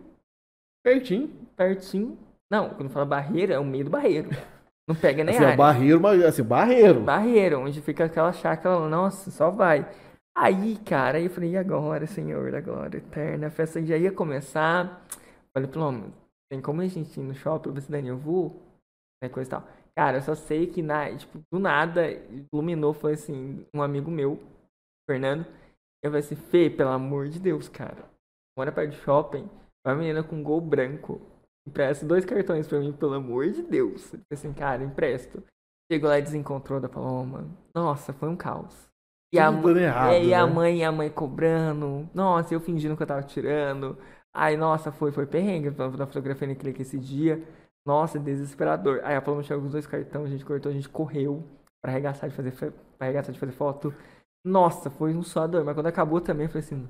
Pertinho. Não, quando fala Barreiro, é o meio do Barreiro. Não pega nem área. Barreiro, mas assim, Barreiro. Barreiro, onde fica aquela chácara, nossa, só vai. Aí, cara, eu falei, e agora, Senhor, da glória eterna? A festa já ia começar. Falei, pelo tem como a gente ir no shopping? Eu falei, Dani, eu vou. Coisa e tal. Cara, eu só sei que do nada iluminou, foi assim, um amigo meu, Fernando. Eu falei assim, Fê, pelo amor de Deus, cara. Mora perto do shopping, vai uma menina com Gol branco. Empresta 2 cartões pra mim, pelo amor de Deus. Eu falei assim, cara, empresto. Chegou lá e desencontrou da Paloma. Nossa, foi um caos. E a mãe cobrando. Nossa, eu fingindo que eu tava tirando. Aí, nossa, foi perrengue da fotografia naquele esse dia. Nossa, desesperador. Aí a Paloma chegou com os 2 cartões, a gente cortou, a gente correu pra arregaçar de fazer foto. Nossa, foi um suador. Mas quando acabou também, eu falei assim...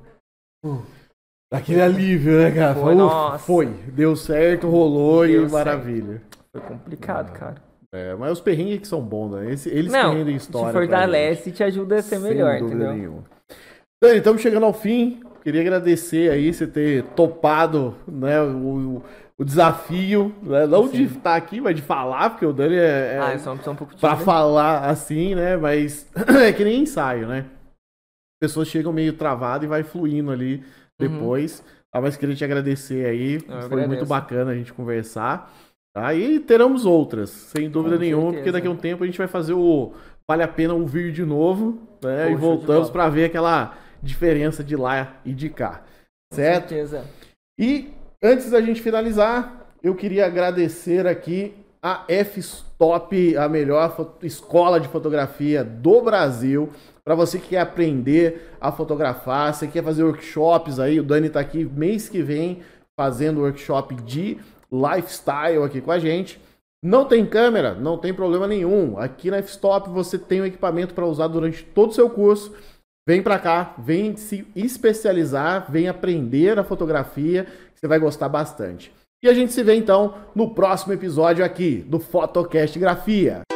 Aquele alívio, né, cara? Foi. Deu certo, rolou e maravilha. Foi complicado, cara. Mas os perrengues que são bons, né? Eles que rendem história. Te fortalece e te ajuda a ser melhor, entendeu? Nenhuma. Dani, estamos chegando ao fim. Queria agradecer aí você ter topado, né, o desafio, né? Não de estar aqui, mas de falar, porque o Dani eu sou um pouco pra falar assim, né? Mas é que nem ensaio, né? As pessoas chegam meio travadas e vai fluindo ali depois. Mas queria te agradecer aí. Foi muito bacana a gente conversar. Tá? E teremos outras, sem dúvida nenhuma, porque daqui a um tempo a gente vai fazer Vale a Pena Ouvir de novo, né? E voltamos para ver aquela diferença de lá e de cá. Certo? Com certeza. E antes da gente finalizar, eu queria agradecer aqui a F-Stop, a melhor escola de fotografia do Brasil. Para você que quer aprender a fotografar, você quer fazer workshops aí, o Dani tá aqui mês que vem fazendo workshop de lifestyle aqui com a gente. Não tem câmera? Não tem problema nenhum. Aqui na F-Stop você tem um equipamento para usar durante todo o seu curso. Vem para cá, vem se especializar, vem aprender a fotografia, que você vai gostar bastante. E a gente se vê então no próximo episódio aqui do Fotocast Grafia.